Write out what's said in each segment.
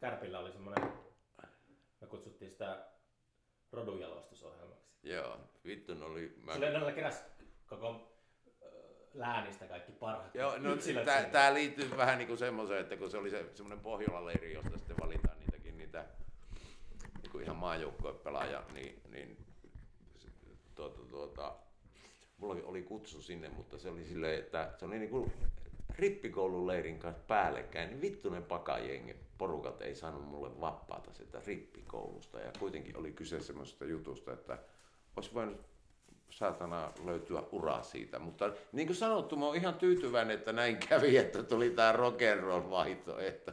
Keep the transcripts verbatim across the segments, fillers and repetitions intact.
Kärpillä oli semmoinen, me kutsuttiin sitä rodunjalostusohjelmaksi. Joo, vittu ne oli... Mä... Sillä ne keräsi koko läänistä kaikki parhaat Joo, no yksilöt. tää, tää liittyy vähän niinku semmoiseen, että kun se oli se, semmoinen Pohjola-leiri, josta sitten valitaan niitäkin niitä niinku ihan maajoukkojen pelaaja, niin, niin tuota, tuota, mulla oli kutsu sinne, mutta se oli silleen, että se oli niinku rippikoululeirin kanssa päällekkäin, niin vittu ne pakajengi porukat ei saanut mulle vapaata sitä rippikoulusta ja kuitenkin oli kyse semmoisesta jutusta, että olisi voinut saatana löytyä uraa siitä, mutta niin kuin sanottu, mä oon ihan tyytyväinen, että näin kävi, että tuli tää rock'n'roll vaihtoehto.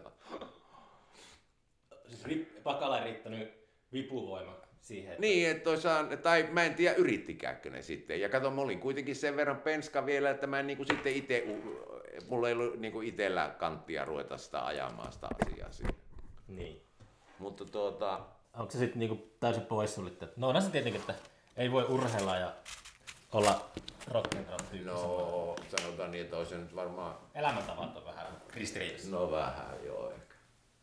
Siis rip, Pakala ei riittänyt vipuvoima siihen. Että... Niin, että toisaan, tai mä en tiedä yrittikääkö ne sitten. Ja kato, mä olin kuitenkin sen verran penska vielä, että mä en niin kuin sitten ite, mulla ei ollut niin kuin itellä kanttia ruveta sitä ajamaan sitä asiaa siihen. Niin. Mutta tuota... Onko se sitten niinku täysin poissuljettu? No onhan se tietenkin, että ei voi urheilla ja olla rock'n'roll tyyppi. No sanotaan niin, että olisi nyt varmaan... Elämäntavat on vähän ristiriidassa. No vähän joo ehkä.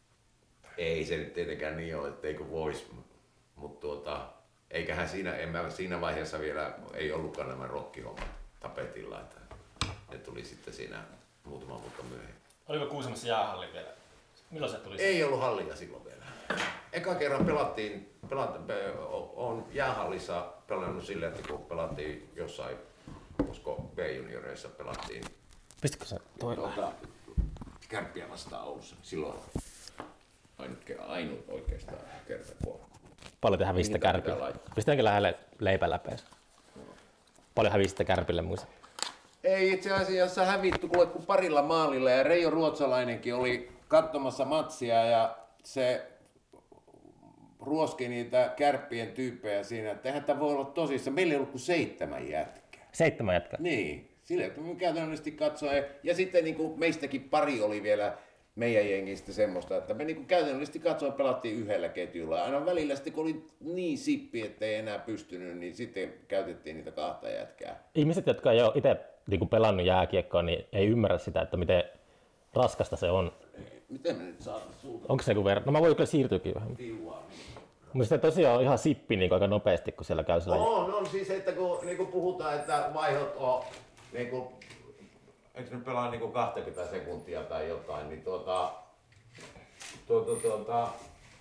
Ei se nyt tietenkään niin ole, etteikö vois, mutta tuota, eiköhän siinä, en mä, siinä vaiheessa vielä ei ollutkaan nämä rockihommat tapetilla, että ne tuli sitten siinä muutama vuotta myöhemmin. Oliko Kuusamossa jäähalli vielä? Milloin se tuli? Ei ollut hallia silloin vielä. Eka kerran pelattiin, pelat, pe, on jäähallissa pelannut silleen, että kun pelattiin jossain, koska B-junioreissa pelattiin. Pistitkö sä toilla? Tuota, Kärppiä vastaan Oulussa. Silloin ainut, ainut oikeastaan kerta kun paljon te hävisitte Kärpille? Pistetäänkö lähelle leipäläpeessä? No. Paljon hävisitte Kärpille muista? Ei itse asiassa hävitty kuin parilla maalilla ja Reijo Ruotsalainenkin oli katsomassa matsia ja se ruoski niitä Kärppien tyyppejä siinä, että eihän tämä voi olla tosissaan. Meillä ei ollut kuin seitsemän jätkää. Seitsemän jätkää? Niin, sillä että me käytännöllisesti katsoen. Ja sitten niin kuin meistäkin pari oli vielä meidän jengistä semmoista, että me niin kuin käytännöllisesti katsoen pelattiin yhdellä ketjulla. Aina välillä sitten kun oli niin sippi, ettei enää pystynyt, niin sitten käytettiin niitä kahta jätkää. Ihmiset, jotka ei ole itse niin kuin pelannut jääkiekkoa, niin ei ymmärrä sitä, että miten raskasta se on. Miten me nyt saadaan sulta? Onko se joku verran? No mä voin kyllä siirtyäkin vähän. Tiuaa. Mutta se tosiaan on ihan sippi niin aika nopeasti, kun siellä käy sillä... On, on siis, että kun niin kuin puhutaan, että vaihot on, niin kuin, eikö ne pelaa niin kuin kaksikymmentä sekuntia tai jotain, niin tuota, tuota, tuota,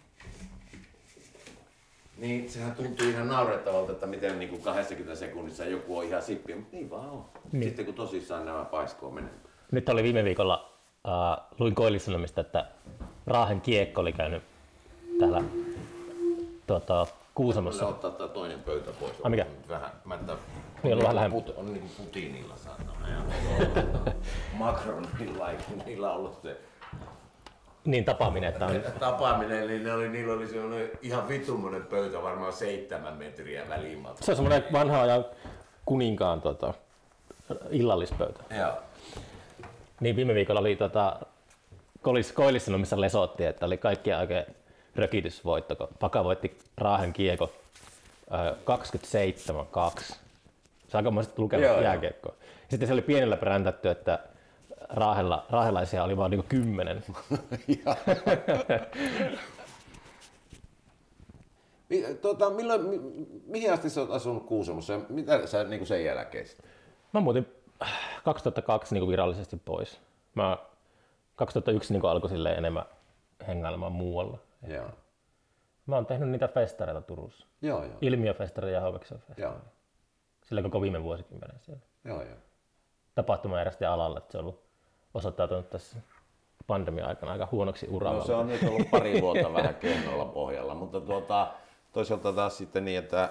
niin sehän tuntuu ihan naurettavalta, että miten niin kuin kaksikymmentä sekunnissa joku on ihan sippi, mutta niin vaan on. Niin. Sitten kun tosissaan nämä paiskoo menemään. Nyt oli viime viikolla, äh, luin Koillis-Sanomista, että Raahen Kiekko oli käynyt täällä tuota, Kuusamossa. Mä ottaa tää toinen pöytä pois. Ah, mikä? Vähän, mä että on, niin, niin vähän put, on niin kuin Putinilla saatana ja Macronilla ei niillä ollut se niin tapaaminen, että on... tapaaminen, niin ne oli, niillä oli semmoinen ihan vittumoinen pöytä, varmaan seitsemän metriä välimatka. Se on semmoinen vanha ajan kuninkaan tota, illallispöytä. Joo. Niin viime viikolla oli tota, Koillis-Sanomissa lesotti, että oli kaikkien oikein rökitysvoitto, kun Paka voitti Raahen Kiekko kaksikymmentäseitsemän kaksi. Se on aikamoisesti lukemat jääkiekkoa. Sitten se oli pienellä präntätty, että Raahella, raahelaisia oli vaan niinku kymmenen. tota, milloin, mi, mihin asti sä oot asunut Kuusamossa ja mitä sä niin sen jälkeen sitten? Mä muutin kaksituhattakaksi niin virallisesti pois. Mä kaksituhattayksi niin alkoi silleen enemmän hengailemaan muualla. Joo. Mä oon tehnyt niitä festareita Turussa. Joo, joo. Ilmiöfestareita ja Hauveksen festareita. Joo. Sillä koko viime vuosikymmenen siellä. Joo, joo. Tapahtumajärjestä alalla, että se on ollut osoittautunut tässä pandemia-aikana aika huonoksi uralla. No se on nyt ollut pari vuotta vähän kehnolla pohjalla, mutta tuota, toisaalta taas sitten niin, että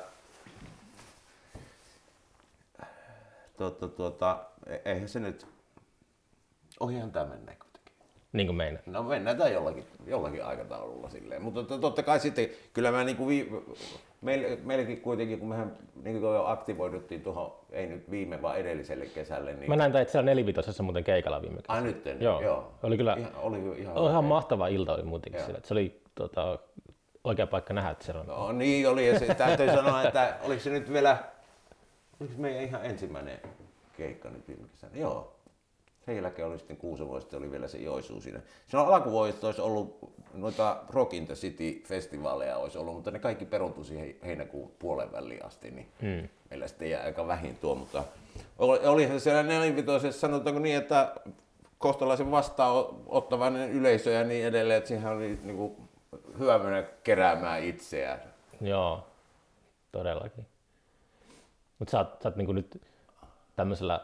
tuota, tuota, eihän se nyt, ohihan tämä mennään kuitenkin. Niin kuin meinaa. No mennään tämä jollakin, jollakin aikataululla silleen, mutta totta kai sitten, kyllä mä niinku vi, meil, meilläkin kuitenkin, kun mehän niin kuin jo aktivoiduttiin tuohon, ei nyt viime vaan edelliselle kesälle. Niin... Mä näin tää, että siellä nelivitosessa muuten keikalla viime kesänä. Ai nyt en, joo. joo. Oli kyllä ihan, oli ihan, oli ihan mahtava ilta oli muutenkin siellä. Se oli tota, oikea paikka nähdä, että siellä on. No niin oli, ja se täytyy sanoa, että oliko se nyt vielä, oliko se meidän ihan ensimmäinen keikka nyt viime kesänä? Joo. Sen jälkeen oli sitten Kuusamo, sitten oli vielä se Joisuu siinä. Silloin alkuvuodesta olisi ollut noita Rock in the City-festivaaleja olisi ollut, mutta ne kaikki peruntui siihen heinäkuun puolen väliin asti, niin mm. meillä sitten jäi aika vähin tuo, mutta olihan siellä nelinvitoisessa, sanotaanko niin, että kohtalaisen vastaanottavainen yleisö ja niin edelleen, että siihen oli niin kuin hyvä mennä keräämään itseään. Joo, todellakin. Mutta sä oot, sä oot niin kuin nyt tämmöisellä,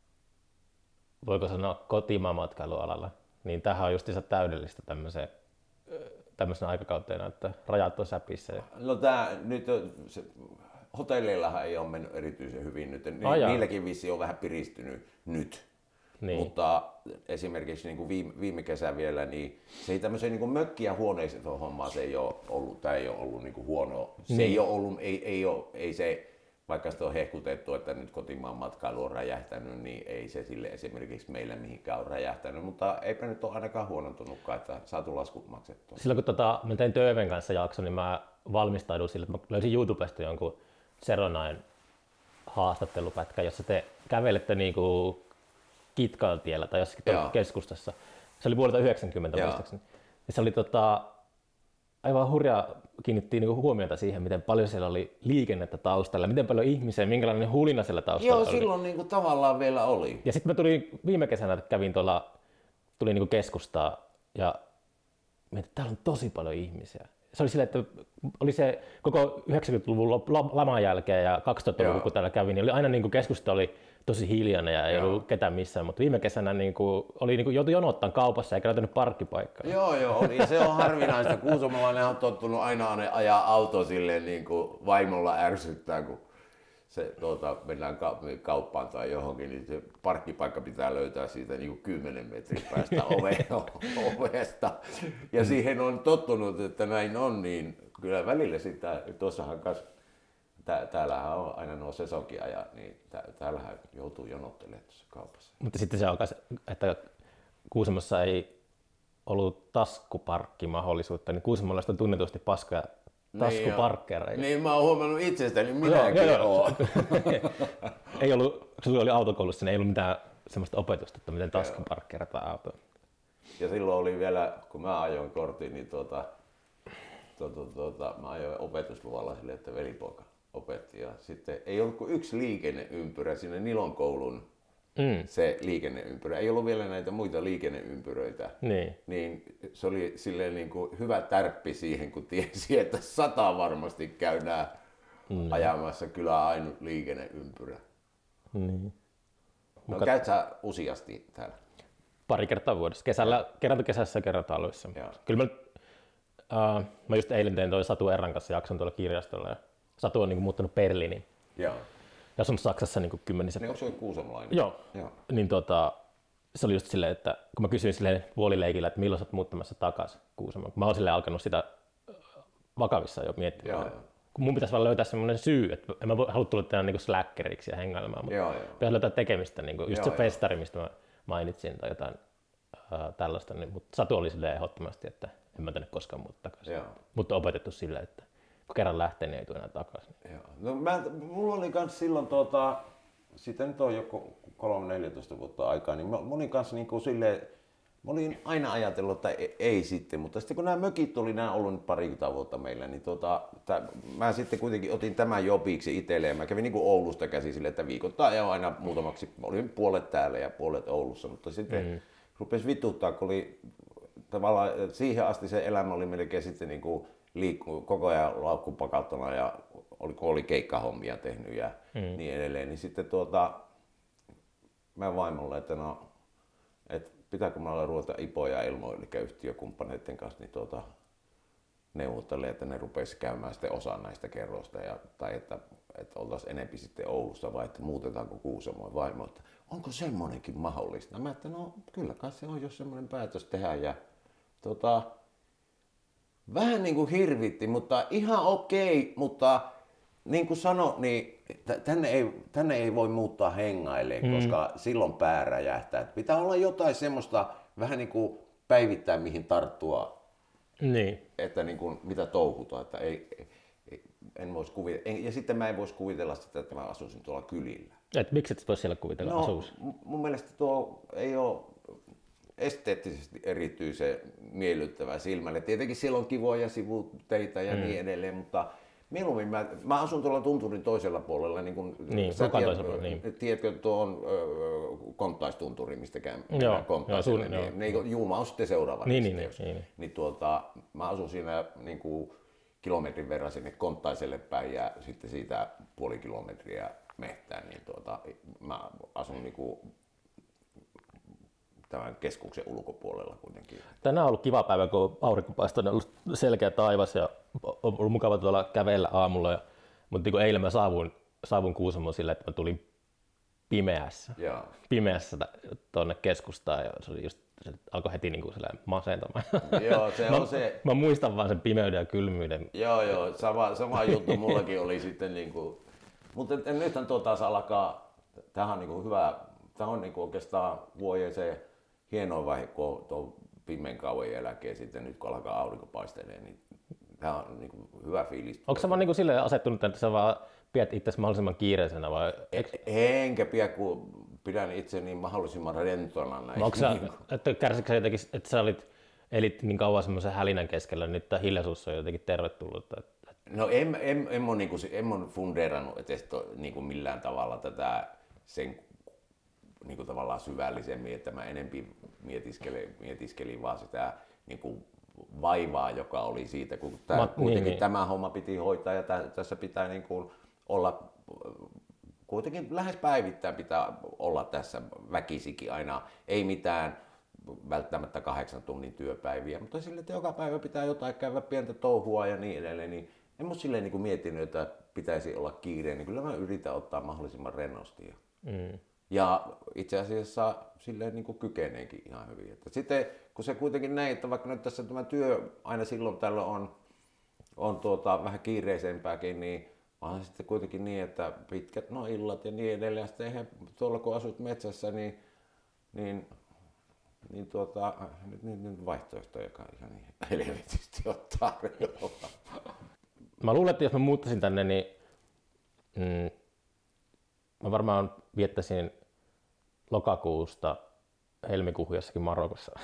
voiko sanoa kotimaanmatkailualalla, niin tämähän on justiinsa täydellistä tämmöiseen, tämmöisenä aikakautena, että rajat on säpissä. No tää nyt, se, hotelleillahan ei ole mennyt erityisen hyvin nyt, Ni, oh, niilläkin vissi on vähän piristynyt nyt. Niin. Mutta esimerkiksi niin kuin viime, viime kesä vielä, niin se ei tämmöisen niin kuin mökki- ja huoneiston hommaa, se ei ole ollut, tämä ei ole ollut niin kuin huono. Se niin. ei ole ollut, ei, ei, ole, ei se, vaikka sitä on hehkutettu, että nyt kotimaan matkailu on räjähtänyt, niin ei se sille esimerkiksi meillä mihinkään ole räjähtänyt, mutta eipä nyt ole ainakaan huonontunutkaan, että saatu laskut maksettua. Silloin kun tota, mä tein Töven kanssa jakso, niin mä valmistauduin sille, että mä löysin YouTubesta jonkun Seronain haastattelupätkä, jossa te kävelette niinku Kitkaan tiellä tai jossakin keskustassa. Se oli vuodelta yhdeksänkymmentä muistaakseni. Ja se oli tota, aivan hurjaa, kiinnitti niinku huomiota siihen, miten paljon siellä oli liikennettä taustalla, miten paljon ihmisiä, minkälainen hulina siellä taustalla Joo, oli. silloin niinku tavallaan vielä oli. Ja sitten mä tulin viime kesänä, että kävin tuolla, tulin niinku keskustaa ja mietin, että täällä on tosi paljon ihmisiä. Se oli silleen, että oli se koko yhdeksänkymmentäluvun laman jälkeen ja kaksituhattaluvun kun täällä kävin, niin oli aina niinku keskusta oli tosi hiljainen ja ei joo. ollut ketään missään, mutta viime kesänä niinku, oli niinku, joutui jonottaa kaupassa eikä löytänyt parkkipaikkaa. Joo, joo, oli. Ja se on harvinaista. Kuusamolainen on tottunut aina ajaa auto silleen niin kuin vaimolla ärsyttää, kun se, tuota, mennään kauppaan tai johonkin, niin se parkkipaikka pitää löytää siitä niin kuin kymmenen metrin päästä ovesta. Ja siihen on tottunut, että näin on, niin kyllä välillä sitä, tuossahan kanssa, Tää, täällähän on aina nuo sesonkiajat, niin tää, täällähän joutuu jonottelemaan tuossa kaupassa. Mutta sitten se alkaa, että Kuusamossa ei ollut taskuparkkimahdollisuutta, niin kuusamolaista on tunnetusti paskoja taskuparkkereita. Niin, niin mä oon huomannut itsestäni, minäkin joo, joo, oon. Ei ollut, sulla oli autokoulussa, niin ei ollut mitään semmoista opetusta, että miten taskuparkkeerataan autoa. Ja silloin oli vielä, kun mä ajoin kortin, niin tuota, tuota, tuota, mä ajoin opetusluvalla silleen, että velipoika opetti. Ja sitten ei ollut kuin yksi liikenneympyrä sinne Nilon koulun, mm. se liikenneympyrä. Ei ollut vielä näitä muita liikenneympyröitä. Niin, niin se oli silleen niin kuin hyvä tärppi siihen, kun tiesi, että sata varmasti käydään mm. ajamassa kyllä ainut liikenneympyrä. Niin. No Muka... käyt sä useasti täällä? Pari kertaa vuodessa. Kesällä, kerran kesässä ja kerran talvissa. Kyllä mä, uh, mä just eilen tein toi Satu Erran kanssa jakson tuolla kirjastolla. Ja Satu on niin kuin muuttanut Berliiniin. Joo. Ja asunut Saksassa niin kymmenisen. Niin onko se kuusamolainen? Joo. Joo. Niin tota, se oli just silleen, että kun mä kysyin silleen vuolileikillä, että milloin sä oot muuttamassa takaisin Kuusamoon. Mä oon silleen alkanut sitä vakavissa jo miettimään. Joo, joo. Kun mun pitäisi vaan löytää semmoinen syy, että en mä halua tulla tänään niin slackeriksi ja hengailemaan, mutta joo, joo. pitäisi löytää tekemistä. Niin kuin, just joo, se festari, mistä mä mainitsin tai jotain äh, tällaista. Niin, mutta Satu oli silleen ehdottomasti, että en mä tänne koskaan muuta takaisin. Joo. Mutta opetettu silleen, että kun kerran lähtee, niin ei tule enää takaisin. Joo. No, mä, mulla oli kans silloin, tuota, sitten nyt on joku kolme neljätoista vuotta aikaa, niin mä, mä olin kanssa niin kuin silleen, mä olin aina ajatellut, että ei, ei sitten, mutta sitten kun nämä mökit oli nämä ollut nyt parikymmentä vuotta meillä, niin tota, tää, mä sitten kuitenkin otin tämän jobiksi itselleen. Mä kävin niin kuin Oulusta käsin silleen, että viikoittain ja aina muutamaksi, olin puolet täällä ja puolet Oulussa, mutta sitten mm. rupesi vituttaa, kun oli tavallaan siihen asti se elämä oli melkein sitten niin kuin liikkuu koko ajan laukkupakattona ja oli, kun oli keikkahommia tehnyt ja mm. niin edelleen, niin sitten tuota, mä vaimolle, että no, että pitääkö mä ruveta Ipo ja Elmo, eli yhtiökumppaneiden kanssa, niin tuota, neuvottelee, että ne rupesi käymään sitten osa näistä kerroista, ja, tai että, että oltaisiin enempi sitten Oulussa, vai että muutetaanko Kuusamoon vaimo, että onko semmoinenkin mahdollista? Mä että no kyllä kai se on, jos semmoinen päätös tehdään, ja tuota, vähän niin kuin hirvitti, mutta ihan okei, mutta niin kuin sanoin, niin tänne ei, tänne ei voi muuttaa hengailemaan, mm. koska silloin pää räjähtää. Että pitää olla jotain semmoista vähän niin kuin päivittää mihin tarttua, niin. Että niin kuin, mitä touhutaan. Että ei, ei, en vois kuvitella. Ja sitten mä en voisi kuvitella sitä, että mä asuisin tuolla kylillä. Et miksi et voisi siellä kuvitella no, asuus? Mun mielestä tuo ei ole esteettisesti erityisen miellyttävä silmälle. Tietenkin siellä on kivoja sivuteitä ja mm. niin edelleen, mutta mieluummin mä, mä asun tuolla tunturin toisella puolella, niin kuin niin, sä tiedät, niin. tiedätkö tuon äh, konttaistunturi, mistä käyn konttaiselle, niin, niin Juuma on sitten seuraava niin, risteys. Niin, niin, niin. niin tuota, mä asun siinä niin kuin kilometrin verran sinne Konttaiselle päin ja sitten siitä puoli kilometriä mehtään, niin tuota, mä asun niin kuin tämän keskuksen ulkopuolella kuitenkin. Tänään on ollut kiva päivä, kun aurinko paistaa, on ollut selkeä taivas ja on ollut mukava tuolla kävellä aamulla. Ja, mutta niin eilen mä saavuin, saavuin Kuusamoon sillä, että mä tulin pimeässä, Joo. pimeässä tuonne keskustaan ja se oli just, se alkoi heti niin kuin masentamaan. Joo, se mä, on se. Mä muistan vaan sen pimeyden ja kylmyyden. Joo, joo, sama, sama juttu mullakin oli sitten niin kuin, mutta nythän tuo taas alkaa, tämähän on niin kuin hyvä, tämä on niin kuin oikeastaan vuoden se hienoin vaihe, kun tuon pimeän kauan jälkeen sitten nyt kun alkaa aurinko paistelee, niin tämä on niin kuin hyvä fiilis. Onko sä vaan niin kuin silleen asettunut, että sä vaan pidät itsesi mahdollisimman kiireisenä vai? Enkä pidä, kun pidän itse niin mahdollisimman rentona näin. Onko sä, että kärsitkö sä jotenkin, että sä olit, elit niin kauan semmoisen hälinän keskellä, nyt tämä hiljaisuus on jotenkin tervetullut? No en, en, en, ole, niin kuin, en ole fundeerannut edes to, niin kuin millään tavalla tätä sen niin kuin tavallaan syvällisemmin, että mä enempi mietiskelin, mietiskelin vaan sitä niin kuin vaivaa, joka oli siitä, kun tää, Ma, kuitenkin niin, tämä niin. homma piti hoitaa ja tä, tässä pitää niin kuin olla, kuitenkin lähes päivittäin pitää olla tässä väkisikin aina, ei mitään välttämättä kahdeksan tunnin työpäiviä, mutta sille, että joka päivä pitää jotain käydä pientä touhua ja niin edelleen, niin en mun silleen niin kuin miettinyt, että pitäisi olla kiireen, niin kyllä mä yritän ottaa mahdollisimman rennosti. Mm. Ja itse asiassa silleen niin kuin kykeneekin ihan hyvin. Että sitten kun se kuitenkin näin, että vaikka nyt tässä tämä työ aina silloin tällöin on, on tuota, vähän kiireisempääkin, niin onhan sitten kuitenkin niin, että pitkät no illat ja niin edelleen. Sitten eihän tuolla kun asut metsässä, niin, niin, niin tuota, nyt, nyt, nyt vaihtoehtoja ihan niin helvetisti on tarjolla. Mä luulen, että jos mä muuttaisin tänne, niin mm, mä varmaan viettäisin lokakuusta helmikuuhun jossakin Marokossa.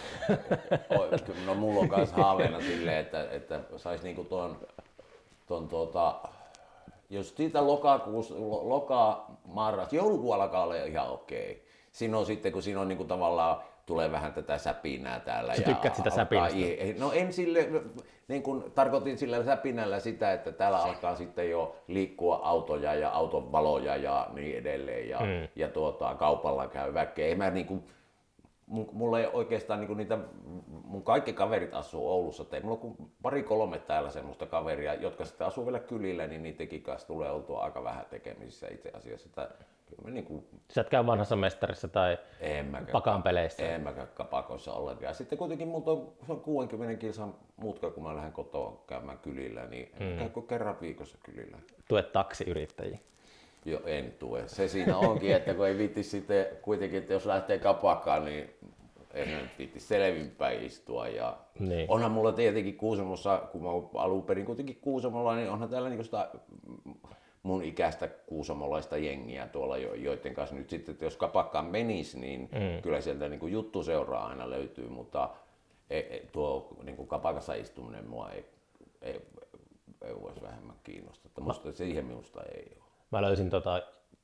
No mulla on myös haaveena silleen, että, että sais niinku ton, ton tuota, jos siitä lokakuussa, loka, marras, joulukuu alkaa olla ihan okei. Siinä on sitten, kun siinä on niinku tavallaan, tulee vähän tätä säpinää täällä. Sä tykkäät sitä säpinästä? No en sille, niin kun tarkoitin sillä säpinällä sitä, että täällä alkaa sitten jo liikkua autoja ja auton valoja ja niin edelleen ja, mm. ja tuota, kaupalla käy väkeä. Ei mä niinku, mulla ei oikeastaan niinku niitä, mun kaikki kaverit asuu Oulussa, ei mulla on pari kolme täällä semmoista kaveria, jotka sitten asuu vielä kylillä, niin niidenkin kanssa tulee oltua aika vähän tekemisissä itse asiassa. Että niinku, sä et käy vanhassa mestarissa tai pakan peleissä? En mä käy kapakoissa ollenkaan. Sitten kuitenkin multa on, se on kuudenkymmenen kilsan mutka, kun mä lähden kotoa käymään kylillä, niin mm. käy kerran viikossa kylillä. Tuet taksiyrittäjiä? Joo, en tue. Se siinä onkin, että kun ei viitti sitten kuitenkin, että jos lähtee kapakkaan, niin en viitti selvinpäin istua. Ja niin. Onhan mulla tietenkin Kuusamossa, kun mä oon alun perin kuitenkin Kuusamolla, niin onhan täällä niin sitä mun ikäistä kuusamolaista jengiä tuolla, joiden kanssa nyt sitten, että jos kapakkaan menisi, niin mm. kyllä sieltä niin kuin juttuseuraa aina löytyy, mutta ei, tuo niin kuin kapakassa istuminen mua ei, ei, ei voisi vähemmän kiinnostaa. Musta siihen minusta ei ole. Mä löysin tota,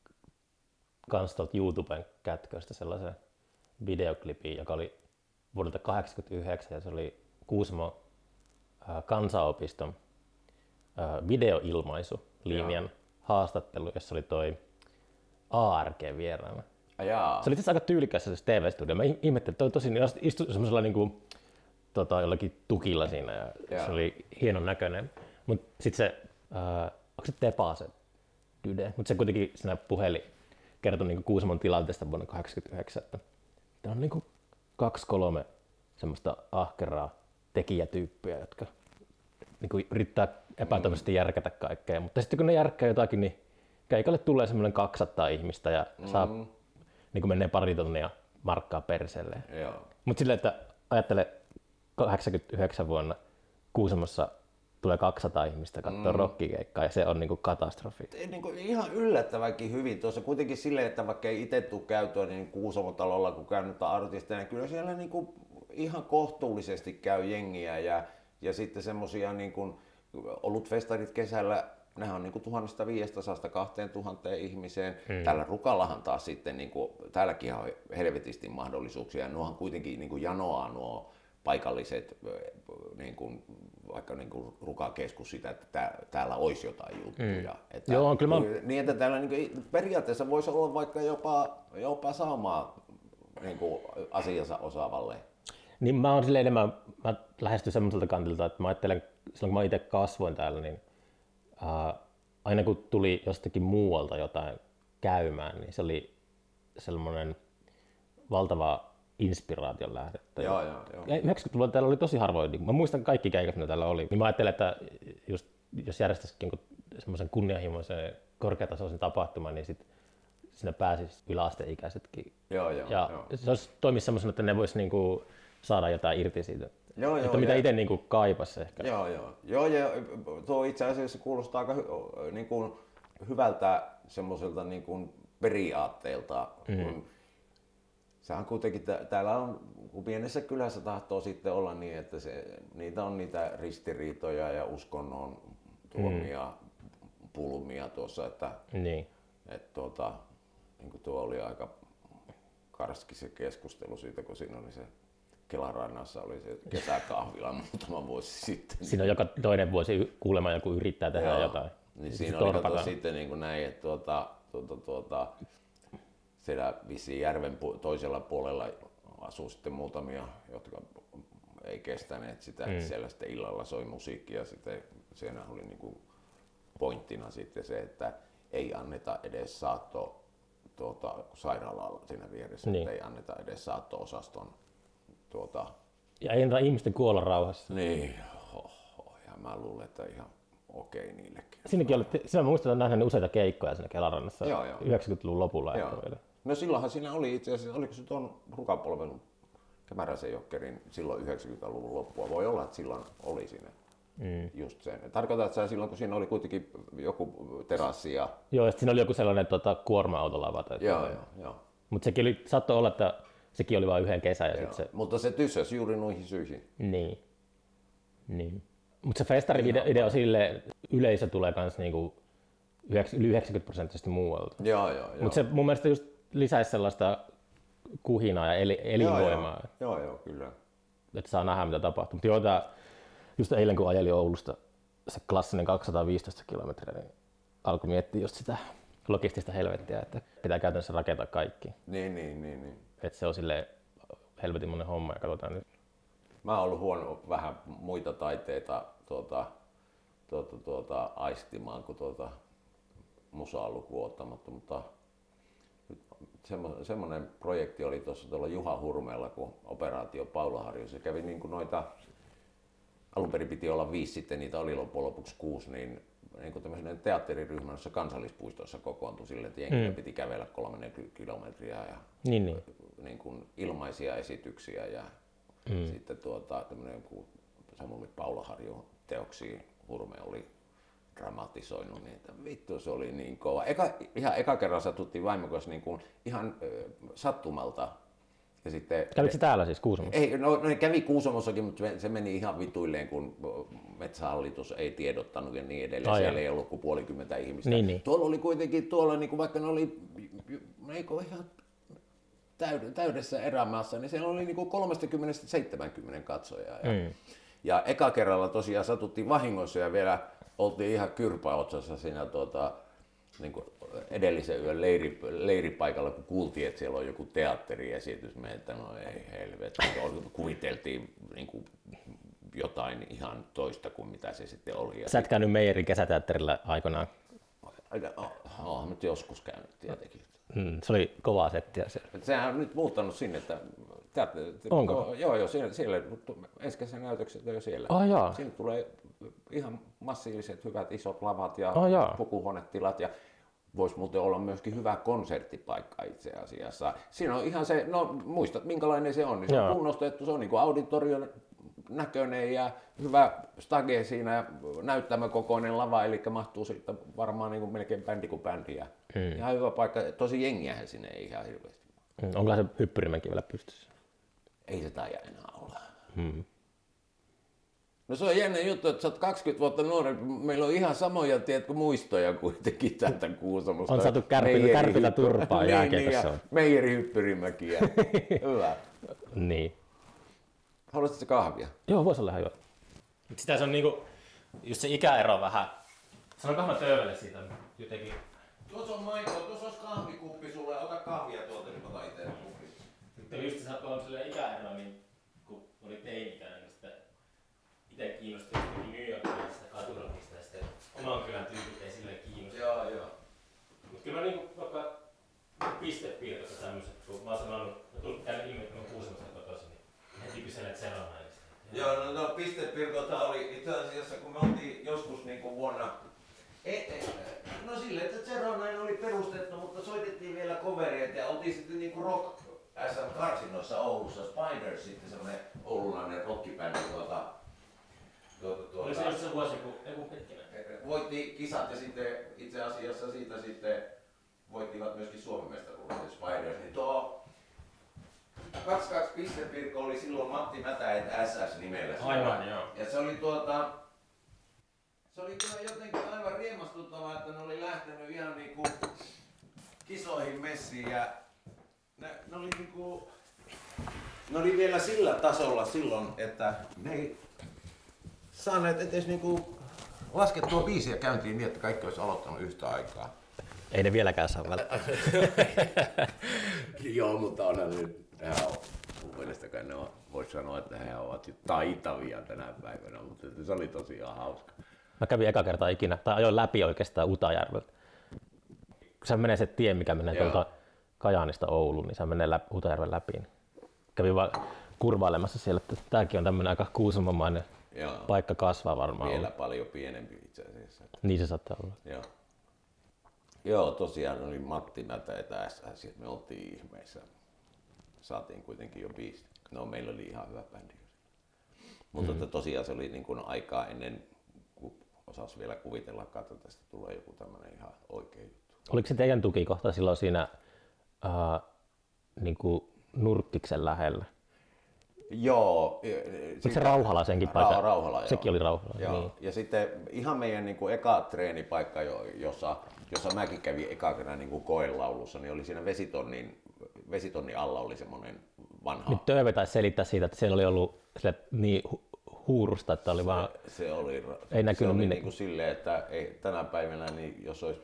kans tuolta YouTuben kätköistä sellaisen videoklipin, joka oli vuodelta kahdeksankymmentäyhdeksän ja se oli Kuusamon äh, kansanopiston äh, videoilmaisulinjan Jaa. haastattelu, jossa oli toi A R G-vieraana. Jaa. Se oli tietysti aika tyylikäs se T V-studio. Mä ihmettelin, että toi tosi istui semmoisella niinku, tota, jollakin tukilla siinä ja Jaa. se oli hienon näköinen. Mut sit se, äh, onko se Tepa se Dyde? Mut se kuitenkin siinä puheli kertoi niinku Kuusamon tilanteesta vuonna kahdeksankymmentäyhdeksän, että tää on niinku kaksi kolme semmoista ahkeraa tekijätyyppiä, jotka niinku yrittää epätoivoisesti mm. järkätä kaikkea, mutta sitten kun ne järkkää jotakin, niin keikalle tulee semmoinen kaksisataa ihmistä ja mm. saa niin menee pari tonnia markkaa perseelle. Mutta silleen, että ajattele kahdeksankymmentäyhdeksän vuonna Kuusamossa tulee kaksisataa ihmistä katsoa mm. rockikeikkaa ja se on niinku katastrofi. Niin kuin ihan yllättävänkin hyvin tuossa kuitenkin silleen, että vaikka ei itse tule käytyä niin Kuusamotalolla, kun käy nyt artisteina, niin kyllä siellä niin kuin ihan kohtuullisesti käy jengiä ja, ja sitten semmosia niin kuin olutfestarit kesällä, nehän on niin kuin tuhatviisisataa kahteentuhanteen ihmiseen. Mm. Tällä Rukallahan taas sitten, niin kuin, täälläkin on helvetisti mahdollisuuksia ja nuohan kuitenkin niin kuin janoaa nuo paikalliset, niin kuin, vaikka niin kuin Ruka-keskus sitä, että tää, täällä olisi jotain juttuja. Mm. Että, Joo, kyllä mä... Niin, että täällä niin kuin, periaatteessa voisi olla vaikka jopa, jopa saamaa niin kuin asiansa osaavalle. Niin mä oon silleen enemmän, mä lähestyn semmoiselta kantilta, että mä ajattelen, silloin kun mä itse kasvoin täällä, niin ää, aina kun tuli jostakin muualta jotain käymään, niin se oli semmoinen valtava inspiraation lähde. Joo, joo, joo. yhdeksänkymmentäluvulla täällä oli tosi harvoin, mä muistan kaikki keikat, mitä täällä oli, niin mä ajattelen, että just, jos järjestäisikin semmoisen kunnianhimoisen korkeatasoisen tapahtuman, niin sit sinne pääsisi yläasteikäisetkin. Joo, joo, ja joo. se olisi toimisi semmoisena, että ne vois niinku saada jotain irti siitä. Joo, että joo, mitä ja... itse niinku kaipasi ehkä. Joo, joo. Joo, ja tuo itse asiassa kuulostaa aika hy, niin kuin hyvältä semmoiselta niin kuin periaatteelta. Mm. Kun sehän kuitenkin, täällä on, kun pienessä kylässä tahtoo sitten olla niin, että se, niitä on niitä ristiriitoja ja uskonnon tuomia mm. pulmia tuossa, että, niin. että tuota, niin kuin tuo oli aika karski se keskustelu siitä, kun siinä oli se Kelarannassa oli se kesäkahvila muutama vuosi sitten. Siinä on joka toinen vuosi kuulemma joku yrittää tehdä Joo. jotain. Niin siinä oli kato sitten niin kuin näin, että tuota, tuota, tuota, siellä vissiin järven toisella puolella asuu sitten muutamia, jotka ei kestäneet sitä, että mm. siellä sitten illalla soi musiikkia. Sitten siinä oli niin kuin pointtina sitten se, että ei anneta edes saatto tuota, sairaalalla siinä vieressä, niin. Ei anneta edes saatto-osaston tuota... Ja ei anneta ihmisten kuolla rauhassa. Niin, oho, ja mä luulen, että ihan okei niillekin. Siinäkin oli, siinä mä muistan, että nähnyt useita keikkoja siinä Kelarannassa joo, joo. yhdeksänkymmentäluvun lopulla. Joo. No silloinhan siinä oli itse asiassa, oliko se tuon Rukapolven Kämäräsen Jokkerin silloin yhdeksänkymmentäluvun loppua? Voi olla, että silloin oli siinä mm. just sen. Tarkoitatko sä silloin, kun siinä oli kuitenkin joku terassi ja... Joo, ja siinä oli joku sellainen tota, kuorma-autolava. Tai joo, joo, joo. Mutta sekin oli, saattoi olla, että sekin oli vain yhden kesän. Ja sit se... Mutta se tyssäsi juuri noihin syihin. Niin. niin. Mutta se festarivideo silleen, yleisö tulee kans niinku yli yhdeksänkymmentä prosenttisesti muualta. Joo, joo, joo. Mutta se mun mielestä just lisäisi sellaista kuhinaa ja el- elinvoimaa. Joo, joo, joo, kyllä. Että saa nähdä mitä tapahtuu. Mutta joo, tää, just eilen kun ajelin Oulusta se klassinen kaksisataaviisitoista kilometriä, niin alkoi miettiä just sitä logistista helvettiä, että pitää käytännössä rakentaa kaikki. Niin, niin, niin. niin. Että se on silleen helvetin monen homma ja katsotaan nyt. Mä oon ollut huono vähän muita taiteita tuota, tuota, tuota, aistimaan kuin tuota, musaa lukuun ottamatta, mutta semmoinen projekti oli tuossa tuolla Juha Hurmeella, kun Operaatio Paulaharju. Se kävi niin kuin noita, alun perin piti olla viisi, sitten niitä oli loppujen lopuksi kuusi, niin, niin kuin tämmöinen teatteriryhmä, jossa kansallispuistossa kokoontui sille, että jengillä mm. piti kävellä kolme kilometriä ja niin, niin. Niin kuin ilmaisia esityksiä ja mm. sitten tuota, tämmöinen kuin Samuli Paulaharju teoksia Hurme oli dramatisoinut, niin että vittu se oli niin kova. Eka, ihan eka kerran satuttiin vaimon kanssa niin kuin ihan ö, sattumalta. Ja sitten, Kävikö se täällä siis Kuusamossa? Ei, no, no kävi Kuusamossakin, mutta se meni ihan vituilleen, kun Metsähallitus ei tiedottanut ja niin edelleen. Ai siellä ja. Ei ollut kuin puolikymmentä ihmistä. Niin, niin. Tuolla oli kuitenkin, tuolla, niin kuin vaikka ne oli eikö ihan täydessä erämaassa, niin siellä oli niin kuin kolmekymmentä seitsemänkymmentä katsojaa. Ja, mm. ja eka kerralla tosiaan satuttiin vahingossa ja vielä oltiin ihan kyrpäotsassa siinä tuota, niin kuin edellisen yön leiri, leiripaikalla, kun kuultiin, että siellä on joku teatteriesitys. Me, että no ei helvetti, kuviteltiin niin kuin jotain ihan toista kuin mitä se sitten oli. Sä et käynyt Meijerin kesäteatterilla aikoinaan? Oonhan nyt joskus käynyt tietenkin. Hmm, se oli kovaa settiä siellä. Sehän on nyt muuttanut sinne, että... Teatteri, onko? Joo, joo, siellä, siellä ensi kesän näytökset on jo siellä. Oh, jaa. Sinne tulee ihan massiiviset, hyvät, isot lavat ja oh, pukuhuonetilat. Ja voisi muuten olla myöskin hyvä konserttipaikka itse asiassa. Siinä on ihan se, no muistat minkälainen se on, niin se on kunnostettu, se on niin kuin auditorion näköinen ja hyvä stage siinä, näyttämökokoinen lava, eli mahtuu siitä varmaan niin kuin melkein bändi kuin bändi. Ja hmm. Ihan hyvä paikka, tosi jengiähän sinne ei ihan hirveästi. Hmm. Onko se hyppyrimäki vielä pystyssä? Ei se taida enää olla. Hmm. No se on jännä juttu, että sä oot kaksikymmentä vuotta nuorempi. Meillä on ihan samoja, tiedätkö, muistoja kuitenkin tältä Kuusamosta. On saatu kärpitä, kärpitä turpaa niin, jääkiekossa. Niin, Meijeri hyppyrimäkiä. Hyvä. Niin. Haluaisitko kahvia? Joo, voisi olla ihan hyvä. Sitä se on niinku, just se ikäero vähän. Sanoinkohan mä Töövelle siitä jotenkin. Tuossa on maitoa, tuossa olisi kahvikuppi sulle. Ota kahvia tuolta, niin ota itse kuppi. Sitten just se, kun on silleen ikäero, niin kun oli teini-ikäinen, niin sitten itse kiinnostui New Yorkista, katurokista ja sitten oman kylän tyypit ei silleen kiinnosta. Joo, joo. Mut kyllä mä niinku vaikka pistepiirtot ja tämmöset, kun mä oon sanonut, mä tullut käydä ilmi, että mä oon Kuusamosta kotoisin, niin heti kyselen Zeronainista. Joo, no, no pistepirkota oli itse asiassa, kun me oltiin joskus niin kuin vuonna, et, et, no silleen, että Zeronain oli perustettu, mutta soitettiin vielä covereita ja oltiin sitten niin kuin rock S M-karsinnoissa Oulussa, Spiders sitten semmoinen oululainen rockibändi tuota, tuota, tuota. Oli se just se vuosi, kun, ei kun hetkinen. Voitti kisat ja sitten itse asiassa siitä sitten voittivat myöskin Suomen mestaruuden Spiders, niin tuo kaksikymmentäkaksi pistepirkko oli silloin Matti Mätäet S S-nimellä. Aivan, joo. Ja se oli tuota, se oli kyllä jotenkin aivan riemastuttavaa, että ne oli lähtenyt ihan niinku kisoihin messiin ja ne, ne oli niinku, ne oli vielä sillä tasolla silloin, että ne ei saaneet edes niinku laskettua biisiä käyntiin niin, että kaikki olisi aloittanut yhtä aikaa. Ei ne vieläkään saa välttämättä. Joo, mutta onhan nyt, nehän on, mun mielestäkään ne on, voisi sanoa, että he ovat taitavia tänä päivänä, mutta se oli tosiaan hauska. Mä kävin eka kertaa ikinä, tai ajoin läpi oikeastaan Utajärveltä. Kun sä menee se tie, mikä menee Joo. tuolta Kajaanista Ouluun, niin sä menee läpi, Utajärven läpi. Niin kävin vaan kurvailemassa siellä, että tääkin on tämmönen aika kuusamomainen Joo. paikka kasvaa varmaan. Vielä ollut. paljon pienempi itse asiassa. Niin se saattaa olla. Joo. Joo, tosiaan oli Matti Mätäitä S S, me oltiin ihmeissä. Saatiin kuitenkin jo biisi. No meillä oli ihan hyvä bändi. Mutta mm. tosiaan se oli niin kuin aikaa ennen, kun osasi vielä kuvitella, että tästä tulee joku tämmöinen ihan oikea juttu. Oliko se teidän tukikohta silloin siinä uh, niin kuin Nurkkiksen lähellä? Joo. Oliko se Rauhala senkin paikka? Ra- Rauhala, joo. Sekin oli Rauhala. Joo. Niin. Ja sitten ihan meidän niin kuin eka treenipaikka, jossa, jossa mäkin kävin eka kerran niin kuin koelaulussa, niin oli siinä vesitonnin, vesitonnin alla oli semmoinen vanha. Nyt Töve taisi selittää siitä, että siellä oli ollut sille niin hu- huurusta, että oli vaan... Se oli, ei näkynyt se oli minne. niin kuin silleen, että ei, tänä päivänä, niin jos olisi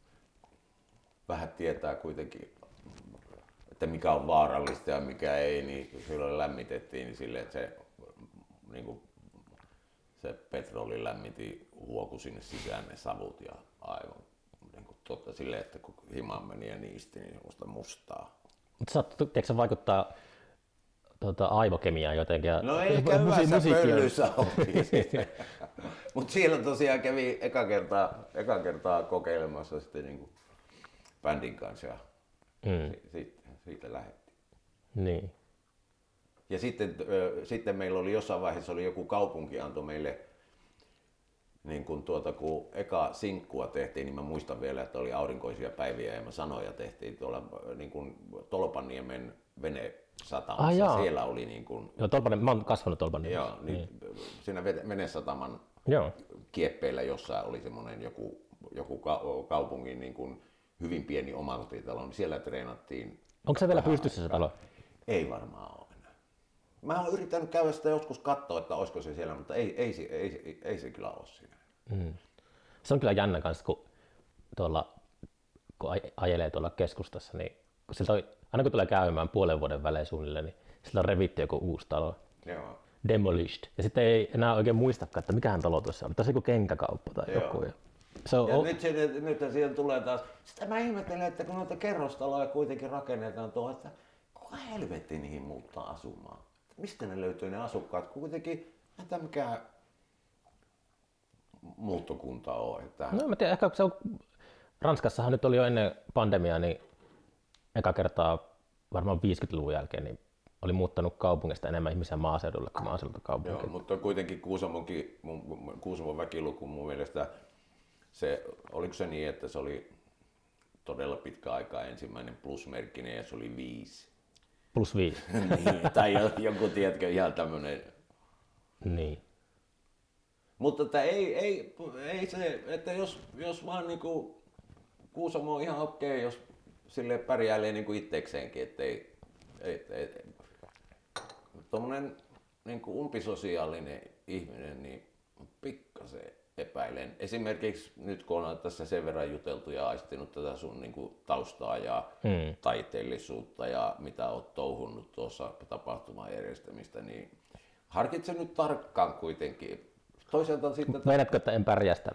vähän tietää kuitenkin, että mikä on vaarallista ja mikä ei, niin silloin lämmitettiin niin silleen, että se, niin kuin, se petroli lämmiti huoku sinne sisään ne savut ja aivan niin kuin totta silleen, että kun himaan meni ja niisti, niin semmoista mustaa. Mutta saattaa se vaikuttaa tuota, aivokemiaan jotenkin. Ja no ehkä hyvässä pöllyssä oltiin. Mutta siellä tosiaan kävi eka kertaa, eka kertaa kokeilemassa sitten niin kuin bändin kanssa ja mm. si- siitä, siitä lähdettiin. Niin. Ja sitten, ö, sitten meillä oli jossain vaiheessa oli joku kaupunki antoi meille, niin kun, tuota, kun eka sinkkua tehtiin, niin mä muistan vielä, että oli aurinkoisia päiviä ja mä sanoin ja tehtiin tuolla niin kun Tolpaniemen venesatamassa. Ah, siellä oli niin kun, joo, Tolpanen, mä oon kasvanut Tolpaniemessä. joo, niin, niin. Siinä venesataman joo. kieppeillä jossain oli semmoinen joku, joku ka- kaupungin niin kun hyvin pieni omakotitalo, niin siellä treenattiin. Onko se vielä pystyssä se talo? Ei varmaan ole enää. Mä oon yrittänyt käydä sitä joskus katsoa, että olisiko se siellä, mutta ei, ei, ei, ei, ei se kyllä ole siinä. Mm. Se on kyllä jännä kanssa, kun, tuolla, kun ajelee tuolla keskustassa, niin kun siltä on, aina kun tulee käymään puolen vuoden välein suunnilleen, niin sillä on revitty joku uusi talo. Joo. Demolished. Ja sitten ei enää oikein muistakaan, että mikähän talo tuossa on. Tässä joku kenkäkauppa tai Joo. joku. Ja se on, Ja o- nyt, se, nyt siihen tulee taas, sitä mä ihmettelen, että kun noita kerrostaloja kuitenkin rakennetaan tuohon, että kuka helvetti niihin muuttaa asumaan? Mistä ne löytyy ne asukkaat? Kuitenkin näitä mikään muuttokunta on. Että... No mä tiedän, ehkä se on, Ranskassahan nyt oli jo ennen pandemiaa, niin eka kertaa varmaan viisikymmentäluvun jälkeen, niin oli muuttanut kaupungista enemmän ihmisiä maaseudulle kuin maaseudulta kaupunkiin. Joo, mutta kuitenkin Kuusamonkin, mun, Kuusamon väkiluku mun mielestä, se, oliko se niin, että se oli todella pitkä aikaa ensimmäinen plusmerkkinen ja se oli viisi. Plus viisi. Niin, tai joku, tiedätkö, ihan tämmönen. Niin. Mutta että ei, ei, ei se, että jos, jos vaan niinku Kuusamo on ihan okei, jos sille pärjäilee niinku itsekseenkin, ettei, ei, ei, tommonen niinku umpisosiaalinen ihminen, niin pikkasen epäilen. Esimerkiksi nyt kun on tässä sen verran juteltu ja aistinut tätä sun niinku taustaa ja hmm. taiteellisuutta ja mitä oot touhunnut tuossa tapahtuman järjestämistä, niin harkitse nyt tarkkaan kuitenkin. Toisaalta sitten... Meinaatko, että en pärjää sitä?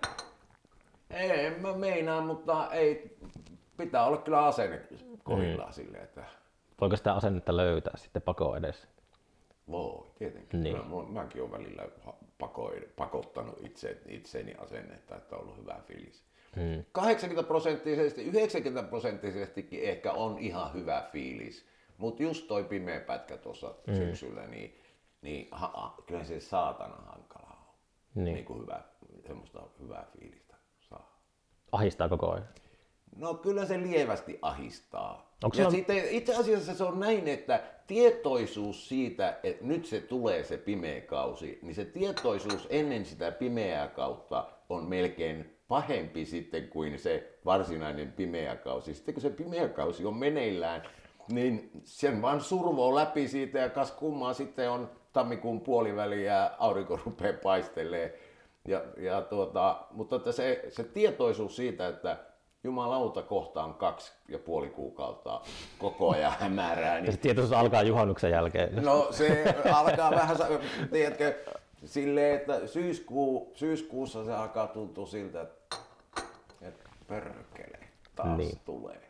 Ei, en mä meinaa, mutta ei, pitää olla kyllä asenne kohdillaan hmm. silleen, että... Voiko sitä asennetta löytää sitten pakoon edessä? Voi, tietenkin. Niin. Kyllä, mäkin olen välillä pakoin, pakottanut itse, itseeni asennetta, että on ollut hyvä fiilis. Hmm. kahdeksankymmentä prosenttisesti, yhdeksänkymmentä prosenttisestikin ehkä on ihan hyvä fiilis, mutta just toi pimeä pätkä tuossa hmm. syksyllä, niin, niin ha, kyllä se saatana hankalaa on. Niin. Niin kuin hyvä, semmoista hyvää fiilistä saa. Ahistaa koko ajan? No kyllä se lievästi ahistaa. Onko ja on... sitten itse asiassa se on näin, että tietoisuus siitä, että nyt se tulee se pimeä kausi, niin se tietoisuus ennen sitä pimeää kautta on melkein pahempi sitten kuin se varsinainen pimeä kausi. Sitten kun se pimeä kausi on meneillään, niin sen vaan survoo läpi siitä ja kas kummaa sitten on tammikuun puoliväli ja aurinko rupeaa paistelemaan. Ja, ja tuota, mutta että se, se tietoisuus siitä, että jumalauta kohtaan kaksi ja puoli kuukautta koko ajan hämärää. Niin... Ja se tietoisuus alkaa juhannuksen jälkeen. No se alkaa vähän, tiedätkö, silleen, että syyskuu, syyskuussa se alkaa tuntua siltä, että, että perkele taas niin. tulee.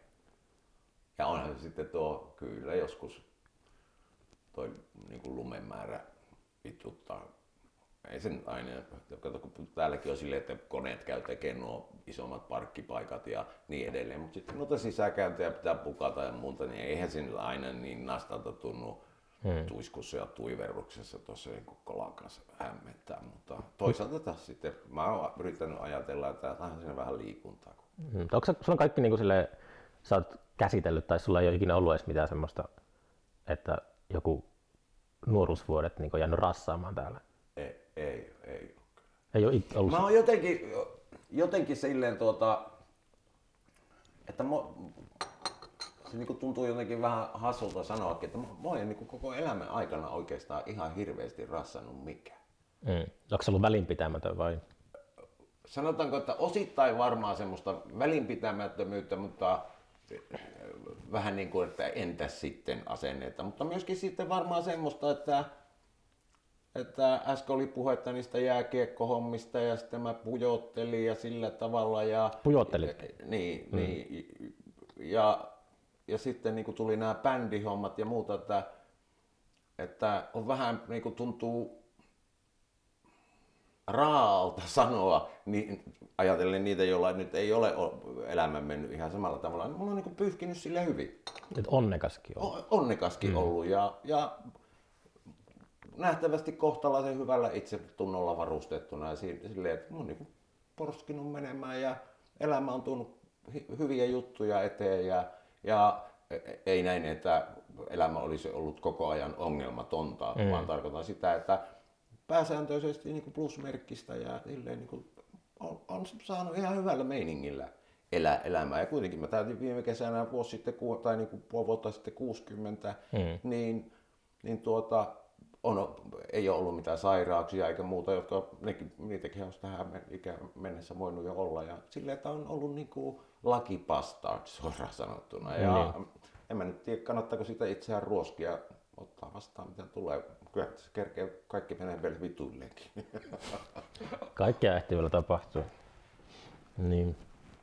Ja onhan se sitten tuo, kyllä joskus toi niin kuin lumen määrä vituttaa. Ei sen aina, kato, kun täälläkin on silleen, että koneet käy tekemään nuo isommat parkkipaikat ja niin edelleen, mutta sitten noita sisäkäyntiä pitää pukata ja muuta, niin eihän se nyt aina niin nastalta tunnu hmm. tuiskussa ja tuiverruksessa tuossa niin kolan kanssa hämmentää, mutta toisaalta taas sitten mä oon yrittänyt ajatella, että tämähän siinä vähän liikuntaa. Hmm. Onko sulla kaikki niin kuin silleen, sä oot käsitellyt tai sulla ei ole ikinä ollut edes mitään semmoista, että joku nuoruusvuodet niin kuin jäänyt rassaamaan täällä? Ei, ei, ei. Ei ole ollut. Mä oon jotenkin, jotenkin silleen tuota, että mo, se niinku tuntuu jotenkin vähän hassulta sanoakin, että mä, mä oon niinku koko elämän aikana oikeastaan ihan hirveästi rassannut mikään. Mm. Onko se ollut välinpitämätön vai? Sanotaanko, että osittain varmaan semmoista välinpitämättömyyttä, mutta vähän niin kuin, että entäs sitten asennetta, mutta myöskin sitten varmaan semmoista, että että äsken oli puhetta niistä jääkiekkohommista ja sitten mä pujottelin ja sillä tavalla. Ja, Pujottelit? Niin, mm. niin ja, ja sitten niin kuin tuli nämä bändihommat ja muuta, että, että on vähän niin kuin tuntuu raalta sanoa, niin ajatellen niitä, joilla nyt ei ole elämä mennyt ihan samalla tavalla, niin mulla on niin kuin pyyhkinyt sille hyvin. Et onnekaskin ollut. Onnekaskin mm. ollut ja, ja nähtävästi kohtalaisen hyvällä itsetunnolla varustettuna ja silleen, että mä oon niin porskinut menemään ja elämä on tuonut hyviä juttuja eteen ja, ja ei näin, että elämä olisi ollut koko ajan ongelmatonta, mm. vaan tarkoitan sitä, että pääsääntöisesti niin kuin plusmerkkistä ja silleen, niin kuin on, on saanut ihan hyvällä meiningillä elää elämää. Ja kuitenkin mä täytin viime kesänä vuosi sitten, tai niin kuin puoli vuotta sitten kuusikymmentä, mm. niin, niin tuota, on, ei ole ollut mitään sairauksia eikä muuta, jotka nekin, niitäkin olisi tähän ikään mennessä voinut jo olla. Ja silleen, että on ollut niin kuin lucky bastard suoraan sanottuna. Ja mm. en mä nyt tiedä, kannattaako sitä itseään ruoskia, ottaa vastaan mitä tulee. Kyllä se kerkee, kaikki menee vielä vituillekin. Kaikkea ehtii vielä tapahtua. Niin.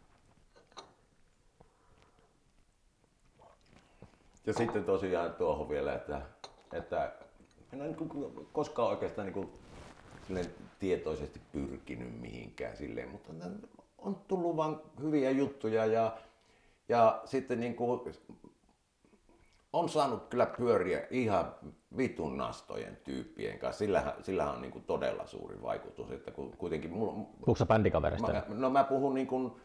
Ja sitten tosiaan tuohon vielä, että, että en ole niin koskaan oikeastaan niin kuin tietoisesti pyrkinyt mihinkään silleen, mutta on tullut vaan hyviä juttuja ja, ja sitten niin kuin on saanut kyllä pyöriä ihan vitun nastojen tyyppien kanssa. Sillähän, sillähän on niin kuin todella suuri vaikutus. Että kuitenkin mulla, Puhuuko sä bändikaverista? Mä, no mä puhun niin kuin,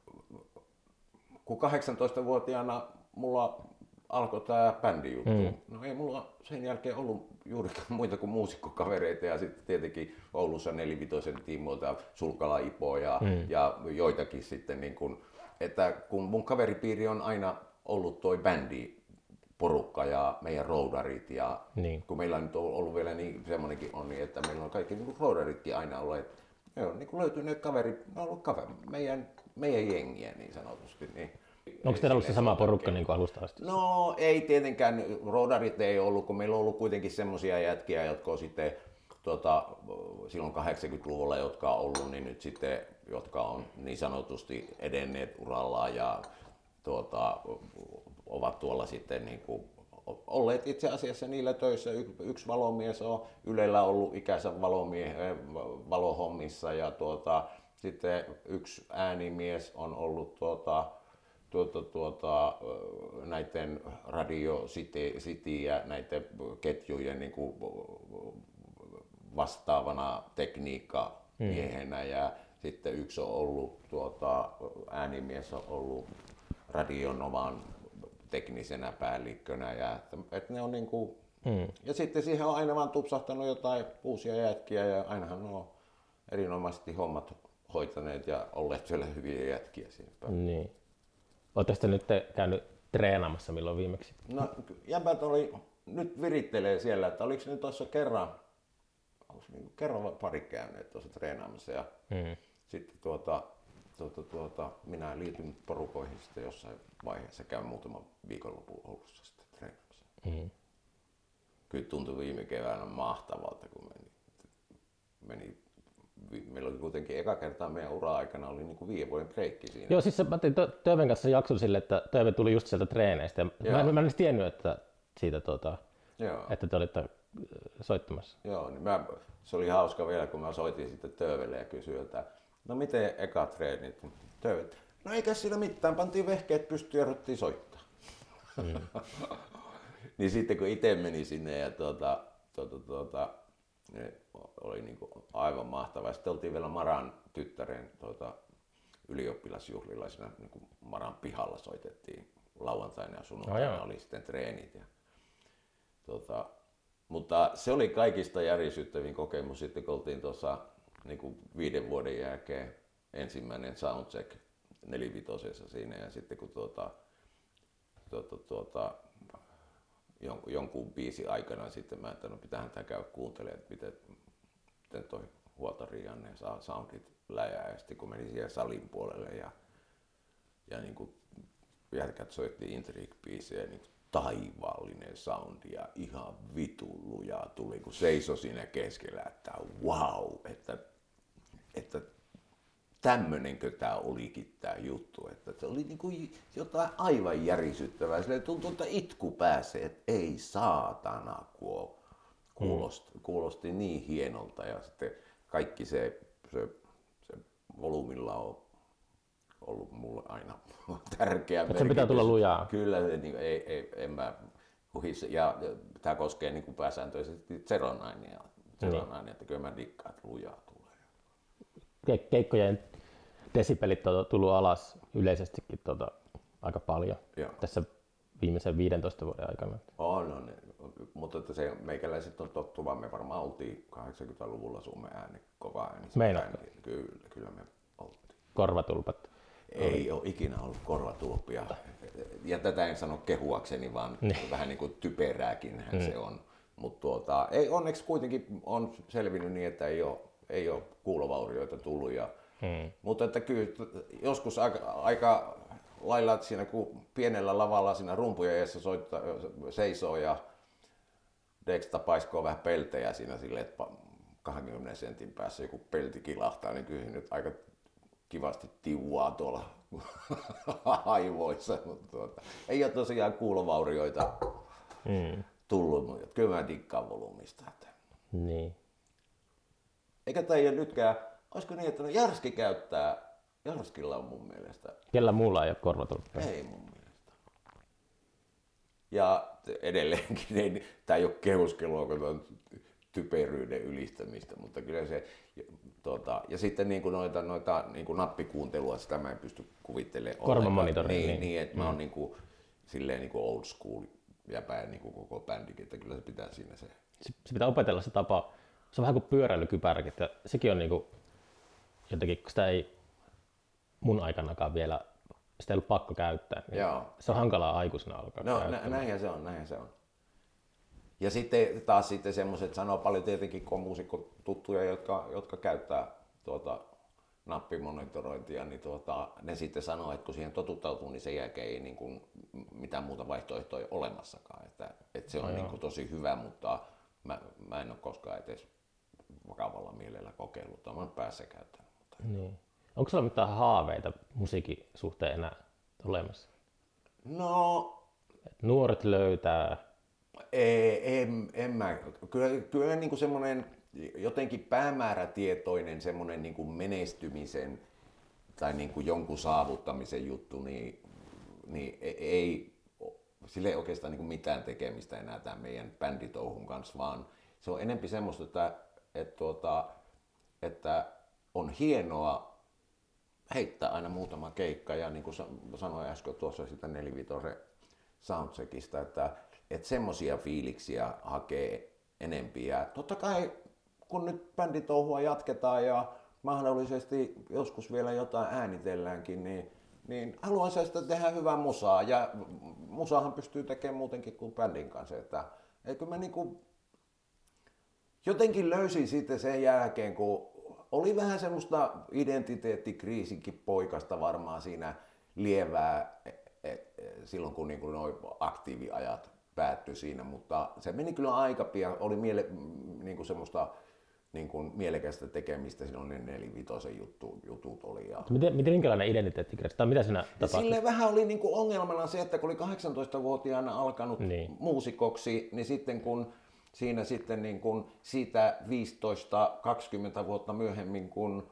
kun kahdeksantoistavuotiaana mulla alkoi tää bändijuttu. Mm. No ei mulla sen jälkeen ollut juurikaan muita kuin muusikkokavereita ja sitten tietenkin Oulussa nelivitosen tiimoilta Sulkala Ipo ja, mm. ja joitakin sitten niin kuin, että kun mun kaveripiiri on aina ollut toi bändi porukka ja meidän roudarit ja niin. Kun meillä on nyt ollut vielä niin semmoinenkin onni, että meillä on kaikki niin roudaritkin aina ollut, että me on niin löytyneet kaverit, ne on ollut kaveri, meidän, meidän jengiä niin sanotusti. Niin. Onko teillä ollut se sama porukka niin kuin alusta asti? No ei tietenkään, roudarit ei ollut, kun meillä on ollut kuitenkin semmoisia jätkiä, jotka on sitten tota, silloin kahdeksankymmentäluvulla, jotka on ollut, niin nyt sitten, jotka on niin sanotusti edenneet urallaan ja tuota, ovat tuolla sitten niin kuin olleet itse asiassa niillä töissä. Y- yksi valomies on Ylellä ollut ikänsä valomie- valohommissa ja tuota, sitten yksi äänimies on ollut tuota, tuota, tuota, näiden Radio City, City ja näiden ketjujen niin kuin vastaavana tekniikkamiehenä mm. ja sitten yksi on ollut tuota, äänimies on ollut Radionovan teknisenä päällikkönä ja että, että ne on niin kuin, mm. ja sitten siihen on aina vaan tupsahtanut jotain uusia jätkiä ja ainahan ne on erinomaisesti hommat hoitaneet ja olleet siellä hyviä jätkiä siinä päin. Niin. Oletteko te nyt käynyt treenaamassa milloin viimeksi? No jäbät oli, nyt virittelee siellä, että oliko ne tuossa kerran, niin kerran pari käyneet tuossa treenaamassa ja mm. sitten tuota, tuota, tuota, minä liityn porukoihin sitten jossain vaiheessa, käyn muutaman viikonlopun Oulussa sitten treenaamassa. Mm. Kyllä tuntui viime keväänä mahtavalta, kun meni, meni meillä oli kuitenkin eka kertaa meidän ura-aikana oli niin kuin viiden vuoden breikki siinä. Joo, siis mä tein Töven kanssa jakson sille, että Töve tuli just sieltä treeneistä. Mä en, mä en edes tiennyt, että, siitä, tuota, että te olitte soittamassa. Joo, niin mä, se oli hauska vielä, kun mä soitin sitten Tövelle ja kysyin, että no miten eka treenit? Töve, no eikä siinä mitään, pantiin vehkeet pystyyn ja ruvettiin soittaa. Mm. Niin sitten kun itse meni sinne ja tuota, tuota, tuota, oli niin kuin aivan mahtavaa. Sitten oltiin vielä Maran tyttären tuota, ylioppilasjuhlilla, siinä niin kuin Maran pihalla soitettiin lauantaina ja sunnuntaina oh, oli sitten treenit. Ja, tuota, mutta se oli kaikista järisyttävin kokemus sitten, kun oltiin tuossa niin kuin viiden vuoden jälkeen ensimmäinen soundcheck nelivitosessa siinä ja sitten kun tuota, tuota, tuota, jonkun, jonkun biisin aikana sitten mä, että no pitäähän tää käydä kuuntelemaan, että miten, miten toi Huotari Janne saa soundit läjää ja sitten kun meni siihen salin puolelle ja, ja niin kuin jätkät soitti Intrigue-biisejä, niin taivaallinen soundi ja ihan vitun lujaa tuli, kun seisoi siinä keskellä, että wow, että, että tämmönenkö tää olikin tää juttu, että se oli niinku jotain aivan järisyttävää, sille tuntui, että itku pääsee, että ei saatana, kun kuulosti, kuulosti niin hienolta ja sitten kaikki se, se, se volyymilla on ollut mulle aina tärkeä merkitys. Se pitää tulla lujaa. Kyllä, niin, ei, ei, en mä kuhis, ja tämä koskee niin kuin pääsääntöisesti Zeronainia, Zeronainia, niin. Että kyllä mä dikkaan, että lujaa tulee. Keikkojen desibelit on tullut alas yleisestikin tuota, aika paljon Joo. tässä viimeisen viidentoista vuoden aikana. On, on, mutta että se meikäläiset on tottuva, me varmaan oltiin kahdeksankymmentäluvulla Suomen ääni, kova ääni. Meinaatko? Kyllä, kyllä me oltiin. Korvatulpat? Ei ole ikinä ollut korvatulppia. Ja tätä en sano kehuakseni, vaan niin. vähän niin kuin typerääkin mm. se on. Mutta tuota, ei, onneksi kuitenkin on selvinnyt niin, että ei ole, ei ole kuulovaurioita tullut. Ja, mm. Mutta että kyllä joskus aika, aika lailla, että siinä kun pienellä lavalla siinä rumpujen edessä soittaa, seisoo ja Dexta paiskoo vähän peltejä siinä silleen, että kaksikymmentä sentin päässä joku pelti kilahtaa, niin kyllä nyt aika kivasti tiuaa tuolla aivoissa, mutta tuota, ei ole tosiaan kuulovaurioita mm. tullut, mutta kyllä mä dikkaan volyymista. Niin. Eikä tämä nytkään, olisiko niin, että no Jarski käyttää, Jarskilla on mun mielestä. Kellä muulla ei ole korvatulppia? Ei mun mielestä. Ja edelleenkin, ei, tämä ei ole kehuskelua, kun on typeryyden ylistämistä, mutta kyllä se, tuota, ja sitten niin kuin noita, noita niin kuin nappikuuntelua, sitä mä en pysty kuvittelemaan. Korvamonitori. Niin, niin, niin että mm. mä oon niin kuin, silleen niin kuin old school jäpä niin kuin koko bändikin, että kyllä se pitää siinä se. Se, se pitää opetella se tapa, se on vähän kuin pyöräilykypäräkin, että sekin on niin kuin, jotenkin, kun sitä ei mun aikanakaan vielä, sitä ei ollut pakko käyttää, niin Joo. se on hankalaa aikuisena alkaa No käyttämään. näinhän se on, näinhän se on. Ja sitten taas sitten semmoiset, sanoo paljon tietenkin, kun on muusikkotuttuja, jotka, jotka käyttää tuota nappimonitorointia, niin tuota, ne sitten sanoo, että kun siihen totuttautuu, niin sen jälkeen ei niin kuin mitään muuta vaihtoehtoa olemassakaan. Että, että se on no niin kuin tosi hyvä, mutta mä, mä en ole koskaan edes vakavalla mielellä kokeillut, mä oon päässä käyttänyt. Mutta. Niin. Onko sulla mitään haaveita musiikin suhteen enää olemassa? No... Et nuoret löytää. Ei, en, en mä. Kyllä, kyllä niin kuin semmoinen jotenkin päämäärätietoinen semmoinen niin kuin menestymisen tai niin kuin jonkun saavuttamisen juttu, niin, niin ei, sillä ei oikeastaan niin kuin mitään tekemistä enää tämän meidän bänditouhun kanssa, vaan se on enempi semmoista, että, että, tuota, että on hienoa heittää aina muutama keikka ja niin kuin sanoin äsken tuossa sitä nelivitosen soundcheckista, että että semmoisia fiiliksiä hakee enempiä. Totta kai kun nyt bänditouhua jatketaan ja mahdollisesti joskus vielä jotain äänitelläänkin, niin, niin haluaisin sitä tehdä hyvää musaa. Ja musaahan pystyy tekemään muutenkin kuin bändin kanssa. Että, eikö mä niinku jotenkin löysin sitten sen jälkeen, kun oli vähän semmoista identiteettikriisinkin poikasta varmaan siinä lievää silloin, kun niinku nuo aktiiviajat päättyi siinä, mutta se meni kyllä aika pian, oli miele, niin kuin semmoista niin kuin mielekästä tekemistä, silloin ne nelivitosen juttu, jutut oli. Ja... Miten, miten minkälainen identiteettikriisi, tai mitä siinä tapahtui? Silleen vähän oli niin kuin ongelmana se, että kun oli kahdeksantoistavuotiaana alkanut niin. muusikoksi, niin sitten kun siinä sitten niin kuin siitä viisitoista kaksikymmentä vuotta myöhemmin, kun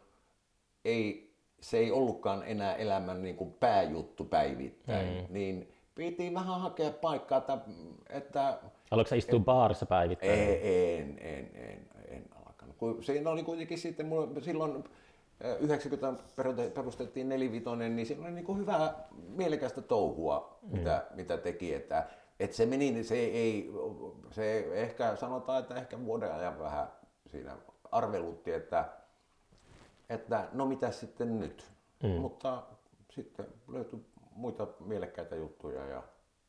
ei, se ei ollutkaan enää elämän niin kuin pääjuttu päivittäin, mm. niin piti vähän hakea paikkaa, että... että Aloitko sä istua et, baarissa päivittäin? En, en, en, en alkanut. Kun siinä oli kuitenkin sitten, mulla, silloin yhdeksänkymmentä perustettiin nelivitonen, niin siinä oli niin kuin hyvää mielekästä touhua, mm. mitä, mitä teki. Että, että se meni, niin se ei, se ehkä sanotaan, että ehkä vuoden ajan vähän siinä arvelutti, että, että no mitä sitten nyt. Mm. Mutta sitten löytyi muita mielekkäitä juttuja. Ja...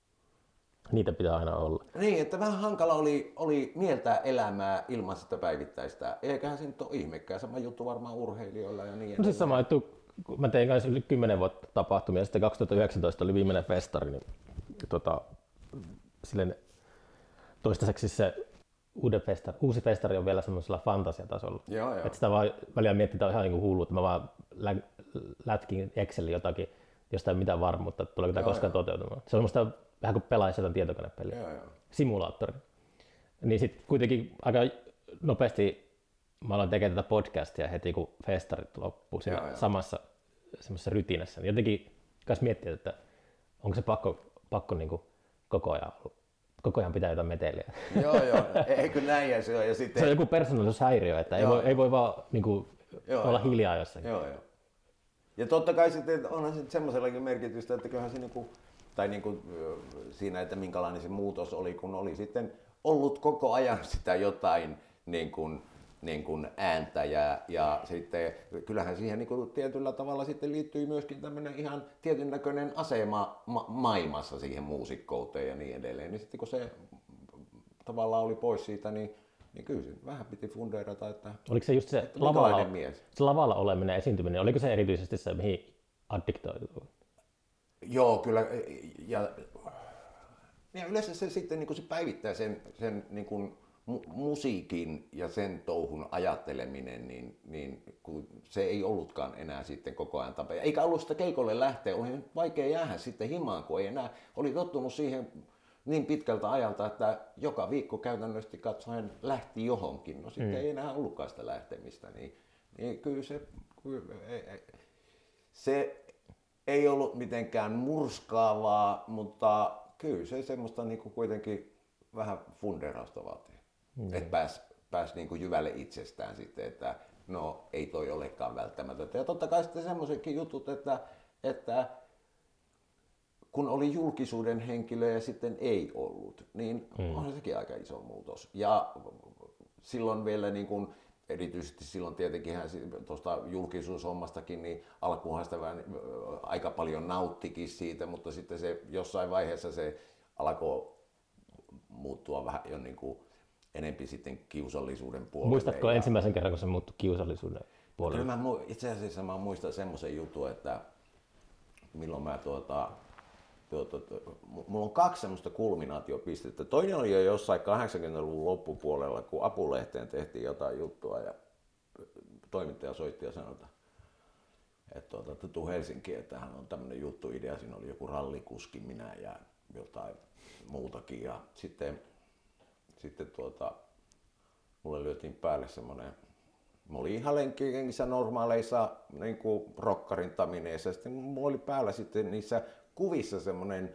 Niitä pitää aina olla. Niin, että vähän hankala oli, oli mieltää elämää ilman sitä päivittäistä. Eiköhän se nyt ole ihmekään. Sama juttu varmaan urheilijoilla ja niin edelleen. No siis sama juttu, kun mä tein kanssa yli kymmenen vuotta tapahtumia ja sitten kaksituhattayhdeksäntoista oli viimeinen festari, niin tota, silleen toistaiseksi se uuden festari, uusi festari on vielä semmoisella fantasiatasolla. Joo, joo. Että sitä vaan välillä miettii, että on ihan niin kuin hullu, että mä vaan lä- lätkin Excelin jotakin, josta ei ole mitään varmuutta, että tuleeko tämä koskaan joo. toteutumaan. Se on musta vähän kuin pelaisi jotain tietokonepeliä, joo, joo. simulaattori. Niin sitten kuitenkin aika nopeasti mä aloin tekemään tätä podcastia heti kun festarit loppuu siinä joo, samassa semmoisessa rytinässä. Jotenkin kanssa miettiä, että onko se pakko, pakko niin kuin koko ajan koko ajan pitää jotain meteliä. Joo, joo. Eikö näin ja se on. Ja sitten... Se on joku persoonallisuushäiriö, että ei voi, ei voi vaan niin kuin, joo, olla joo. hiljaa jossakin. Joo, joo. Ja totta kai sitten onhan sitten semmoisellakin merkitystä, että kyllähän se niinku, tai niinku siinä, että minkälainen se muutos oli, kun oli sitten ollut koko ajan sitä jotain niin kuin, niin kuin ääntä ja, ja sitten kyllähän siihen niin kuin tietyllä tavalla sitten liittyy myöskin tämmöinen ihan tietyn näköinen asema ma- maailmassa siihen muusikkouteen ja niin edelleen. Niin sitten kun se tavallaan oli pois siitä, niin, niin kyllä se vähän piti fundeerata, että oliko se just se lavalla, se lavalla oleminen, esiintyminen, oliko se erityisesti se, mihin addiktoituu? Joo, kyllä. Ja, ja yleensä se sitten niin kuin se päivittää sen, sen niin kuin mu- musiikin ja sen touhun ajatteleminen, niin, niin kun se ei ollutkaan enää sitten koko ajan tapa. Eikä ollut sitä keikolle lähteä, oli vaikea jäädä sitten himaan, kun ei enää, oli tottunut siihen niin pitkältä ajalta, että joka viikko käytännössä katsoen lähti johonkin. No sitten mm. ei enää ollutkaan sitä lähtemistä, niin, niin kyllä se, se ei ollut mitenkään murskaavaa, mutta kyllä se semmoista niinku kuitenkin vähän funderausta vaatii. Mm. Että pääs, pääs niinku jyvälle itsestään sitten, että no ei toi olekaan välttämätöntä. Ja totta kai sitten semmoisetkin jutut, että, että kun oli julkisuuden henkilö ja sitten ei ollut, niin mm. on sekin aika iso muutos. Ja silloin vielä niin kuin, erityisesti silloin tietenkin tuosta julkisuushommastakin, niin alkuunhan sitä vähän, aika paljon nauttikin siitä, mutta sitten se jossain vaiheessa se alkoi muuttua vähän jo niin kuin enempi sitten kiusallisuuden puolelle. Muistatko ja ensimmäisen kerran, kun se muuttui kiusallisuuden puolelle? Kyllä mä, itse asiassa mä muistan semmoisen jutun, että milloin mä tuota, tuota, tuota, mulla on kaksi semmoista kulminaatiopistettä. Toinen oli jo jossain kahdeksankymmentäluvun loppupuolella, kun Apulehteen tehtiin jotain juttua ja toimittaja soitti ja sanoi, että tuota, tuu Helsinkiin, että hän on tämmöinen juttuidea. Siinä oli joku rallikuski, minä ja jotain muutakin. Ja sitten, sitten tuota, mulle lyötiin päälle semmoinen. Mä olin ihan lenkkikengissä normaaleissa niin kuin rokkarin tamineissa. Sitten mulla oli päällä sitten niissä kuvissa semmoinen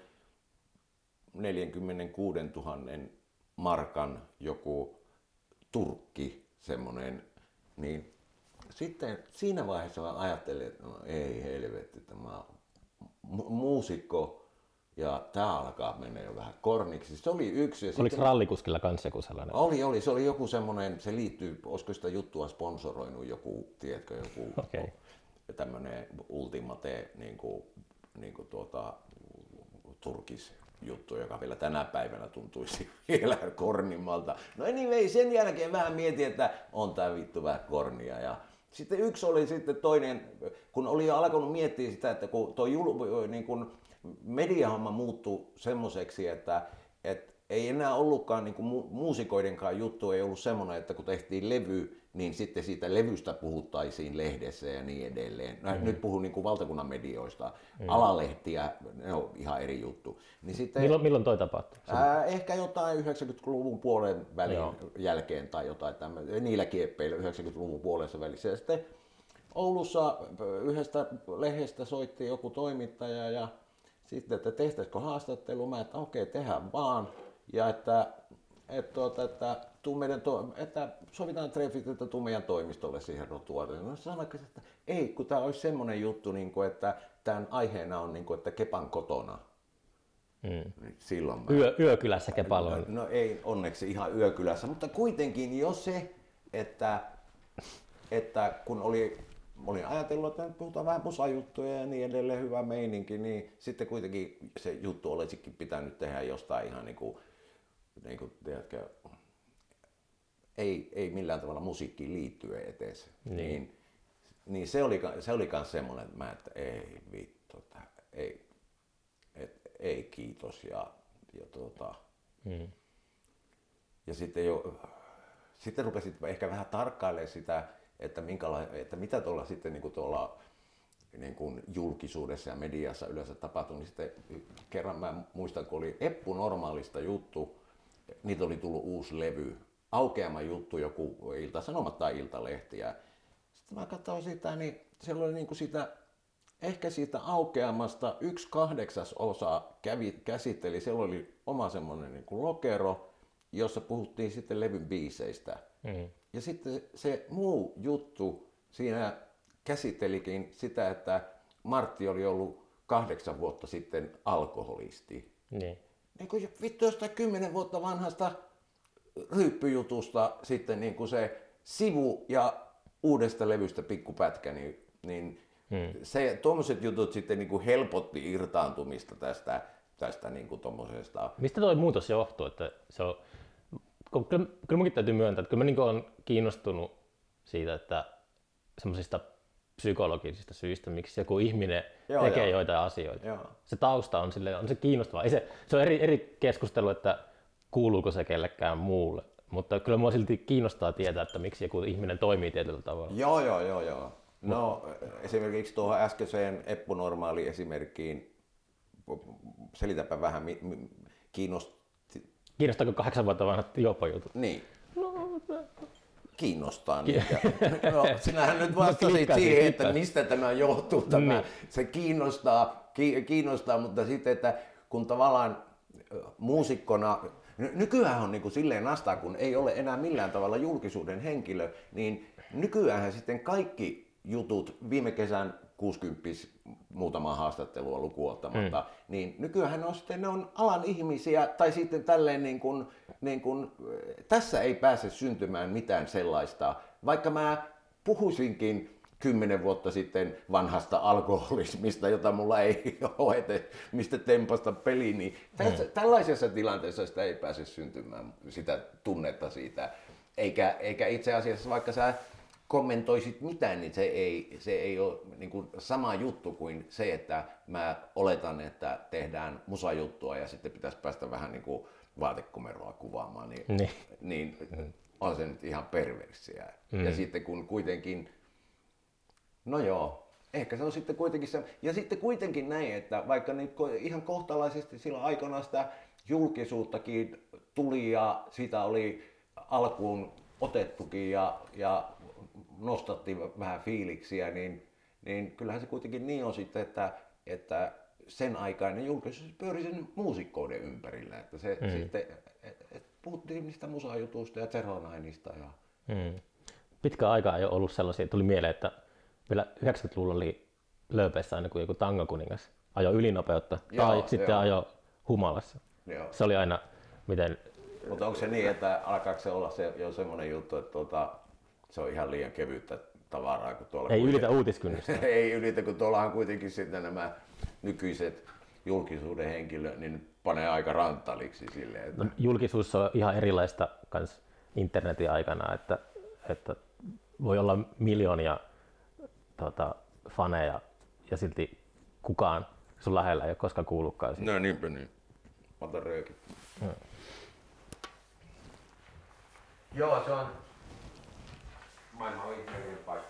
neljäkymmentäkuusituhatta markan joku turkki semmoinen. Niin sitten siinä vaiheessa mä ajattelin, että no ei helvetti, että mä oon mu- muusikko. Ja tää alkaa mennä jo vähän korniksi. Se oli yksi. Ja oliko sitten rallikuskilla kanssa joku sellainen? Oli, oli. Se oli joku semmoinen, se liittyy, olisiko sitä juttua sponsoroinut joku, tiedätkö, joku okay. tämmöinen ultimate niin kuin, niin kuin tuota, turkis juttu, joka vielä tänä päivänä tuntuisi vielä kornimmalta. No anyway, sen jälkeen vähän mietin, että on tää vittu vähän kornia. Ja sitten yksi oli sitten toinen, kun oli jo alkanut miettiä sitä, että kun tuo jul, niin kun mediahomma muuttui semmoiseksi, että, että ei enää ollutkaan niin kuin muusikoidenkaan juttu, ei ollut semmoinen, että kun tehtiin levy, niin sitten siitä levystä puhuttaisiin lehdessä ja niin edelleen. Mm-hmm. Nyt puhun niin kuin valtakunnan medioista, mm-hmm. alalehtiä, ne on ihan eri juttu. Niin sitten, milloin, milloin toi tapahtui? Ää, ehkä jotain yhdeksänkymmentäluvun puolen välin Joo. jälkeen tai jotain tämmöistä, niillä kieppeillä yhdeksänkymmentäluvun puolessa välissä. Ja sitten Oulussa yhdestä lehdestä soitti joku toimittaja ja sitten, että tehtäisikö haastattelu, mä että okei, okay, tehdään vaan. Ja että, että, että, että, meidän to, että sovitaan treffit, että tuu meidän toimistolle siihen rotuaarille. No sanoikin, että ei, kun tämä olisi semmoinen juttu, niin kuin, että tämän aiheena on, niin kuin, että Kepan kotona. Mm. Silloin mä, Yö, yökylässä Kepalla on. No, no ei onneksi ihan yökylässä, mutta kuitenkin jo se, että, että kun oli... Mä olin ajatellut, että nyt puhutaan vähän musajuttuja ja niin edelleen, hyvä meininki, niin sitten kuitenkin se juttu olisikin pitänyt tehdä jostain ihan niin kuin, niin kuin tiedätkö, ei, ei millään tavalla musiikkiin liittyen etes. Niin. Niin, niin se oli, se oli kans semmoinen, että mä, että ei vittu, ei, et, ei kiitos ja, ja, tuota, hmm. ja sitten jo, sitten rupesit ehkä vähän tarkkailemaan sitä, että, että mitä tuolla sitten niin kuin tuolla niin kuin julkisuudessa ja mediassa yleensä tapahtui, niin sitten kerran mä muistan, kun oli Eppu Normaalista juttu, niitä oli tullut uusi levy, aukeama juttu, joku Ilta-Sanomat tai Iltalehti. Ja sitten mä katsoin sitä, niin siellä oli niin kuin sitä, ehkä siitä aukeamasta yksi kahdeksas osa kävi, käsitteli, siellä oli oma semmoinen niin kuin lokero, jossa puhuttiin sitten levyn biiseistä. Mm. Ja sitten se muu juttu siinä käsittelikin sitä, että Martti oli ollut kahdeksan vuotta sitten alkoholisti. Niin. Niin kuin vittu jostain kymmenen vuotta vanhasta ryyppyjutusta sitten niin kuin se sivu ja uudesta levystä pikkupätkä, niin, niin hmm. se, tuommoiset jutut sitten niin kuin helpotti irtaantumista tästä, tästä niin kuin tommosesta. Mistä tuo muutos johtuu? Että se on, kyllä, kyllä minunkin täytyy myöntää, että kyllä mä niin kuin olen kiinnostunut siitä, että semmoisista psykologisista syistä, miksi joku ihminen joo, tekee joo. joitain asioita. Joo. Se tausta on, sille, on se kiinnostavaa. Se, se on eri, eri keskustelu, että kuuluuko se kellekään muulle. Mutta kyllä minua silti kiinnostaa tietää, että miksi joku ihminen toimii tietyllä tavalla. Joo, joo, joo. joo. No esimerkiksi tuohon äskeiseen Eppu Normaali esimerkkiin, selitäpä vähän, mi, mi, kiinnosti... Kiinnostaako kahdeksan vuotta vanhat juopajutut? Niin. No, kiinnostaa. Niin. No, sinähän nyt vastasit no, siihen, että mistä tämä johtuu. Tämä. Niin. Se kiinnostaa, ki, kiinnostaa, mutta sitten, että kun tavallaan muusikkona, nykyään on niin kuin silleen nastaa, kun ei ole enää millään tavalla julkisuuden henkilö, niin nykyään sitten kaikki jutut viime kesän kuusikymmentä muutama haastattelua lukuun ottamatta, mm. niin nykyään on sitten, ne on alan ihmisiä, tai sitten tälleen niin kuin, niin kuin, tässä ei pääse syntymään mitään sellaista, vaikka mä puhuisinkin kymmenen vuotta sitten vanhasta alkoholismista, jota mulla ei ole, että mistä tempasta peli, niin tässä, mm. tällaisessa tilanteessa sitä ei pääse syntymään sitä tunnetta siitä, eikä, eikä itse asiassa vaikka sä kommentoisit mitään, niin se ei, se ei ole niin kuin sama juttu kuin se, että mä oletan, että tehdään musajuttua ja sitten pitäisi päästä vähän niin kuin vaatekomeroa kuvaamaan, niin, niin. niin on se nyt ihan perversiä. Mm. Ja sitten kun kuitenkin, no joo, ehkä se on sitten kuitenkin se, ja sitten kuitenkin näin, että vaikka nyt ihan kohtalaisesti silloin aikana sitä julkisuuttakin tuli ja siitä oli alkuun otettukin ja, ja nostattiin vähän fiiliksiä, niin, niin kyllähän se kuitenkin niin on sitten, että, että sen aikainen julkisuus pyöri sen muusikkoiden ympärillä, että se mm. sitten, et, et puhuttiin niistä musajutuista ja Zeronainista. Ja... Mm. Pitkä aikaa ei ole ollut sellaisia, tuli mieleen, että vielä yhdeksänkymmentäluvulla oli Lööpeissä aina kuin joku tangokuningas ajo ylinopeutta joo, tai sitten joo. ajo humalassa. Joo. Se oli aina miten... Mutta onko se niin, että alkaako se olla se, jo semmoinen juttu, että tuota, se on ihan liian kevyttä tavaraa, kun tuolla... Ei ylitä uutiskynnystä. Ei ylitä, kun tuollahan kuitenkin sitten nämä nykyiset julkisuuden henkilöt, niin panee aika rantaliksi silleen. Että... No, julkisuus on ihan erilaista kans internetin aikana, että, että voi olla miljoonia tota, faneja ja silti kukaan sun lähellä ei ole koskaan kuullutkaan siitä. No niinpä niin. Ota röökin. Hmm. Joo, se on maailman on ihmeellinen paikka.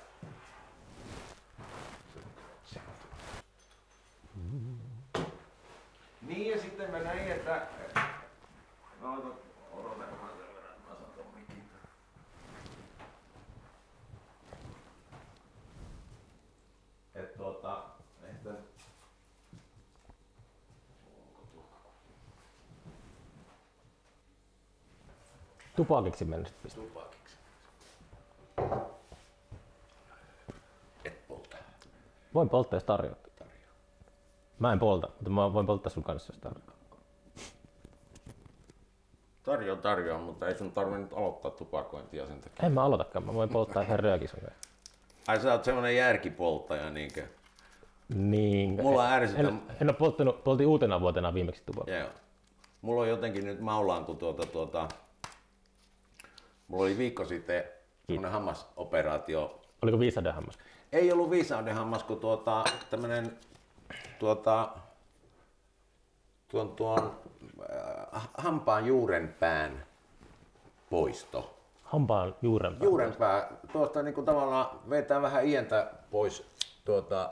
Niin ja sitten mä näin, että no odotan, odotankohan sen verran, että mä saan ton mikin. Et tuota, että Tupakiksi mennessä pistä. Tupakiksi. Et polta. Voin polttaa, jos tarjoat. Mä en polta, mutta mä voin polttaa sun kanssa, jos tarjoat. Tarjoa, tarjoa, mutta ei sun tarvitse nyt aloittaa tupakointia sen takia. En mä aloitakaan, mä voin polttaa ihan röökin sun kanssa. Ai sä oot semmonen järkipolttaja niinkö? Niin. Mulla on ärsytä. En, en oo polttanut, poltin uutena vuotena viimeksi tupakkaa. Joo. Mulla on jotenkin nyt maulaantu tuota tuota... Mulla oli viikko sitten semmonen hammasoperaatio. Oliko viisauden hammas? Ei ollut viisauden hammas, kun tuota tämmönen tuota tuon tuon äh, hampaan juurenpään poisto. Hampaan juurenpää? Juurenpää. Tuosta niinku tavallaan vetää vähän ientä pois tuota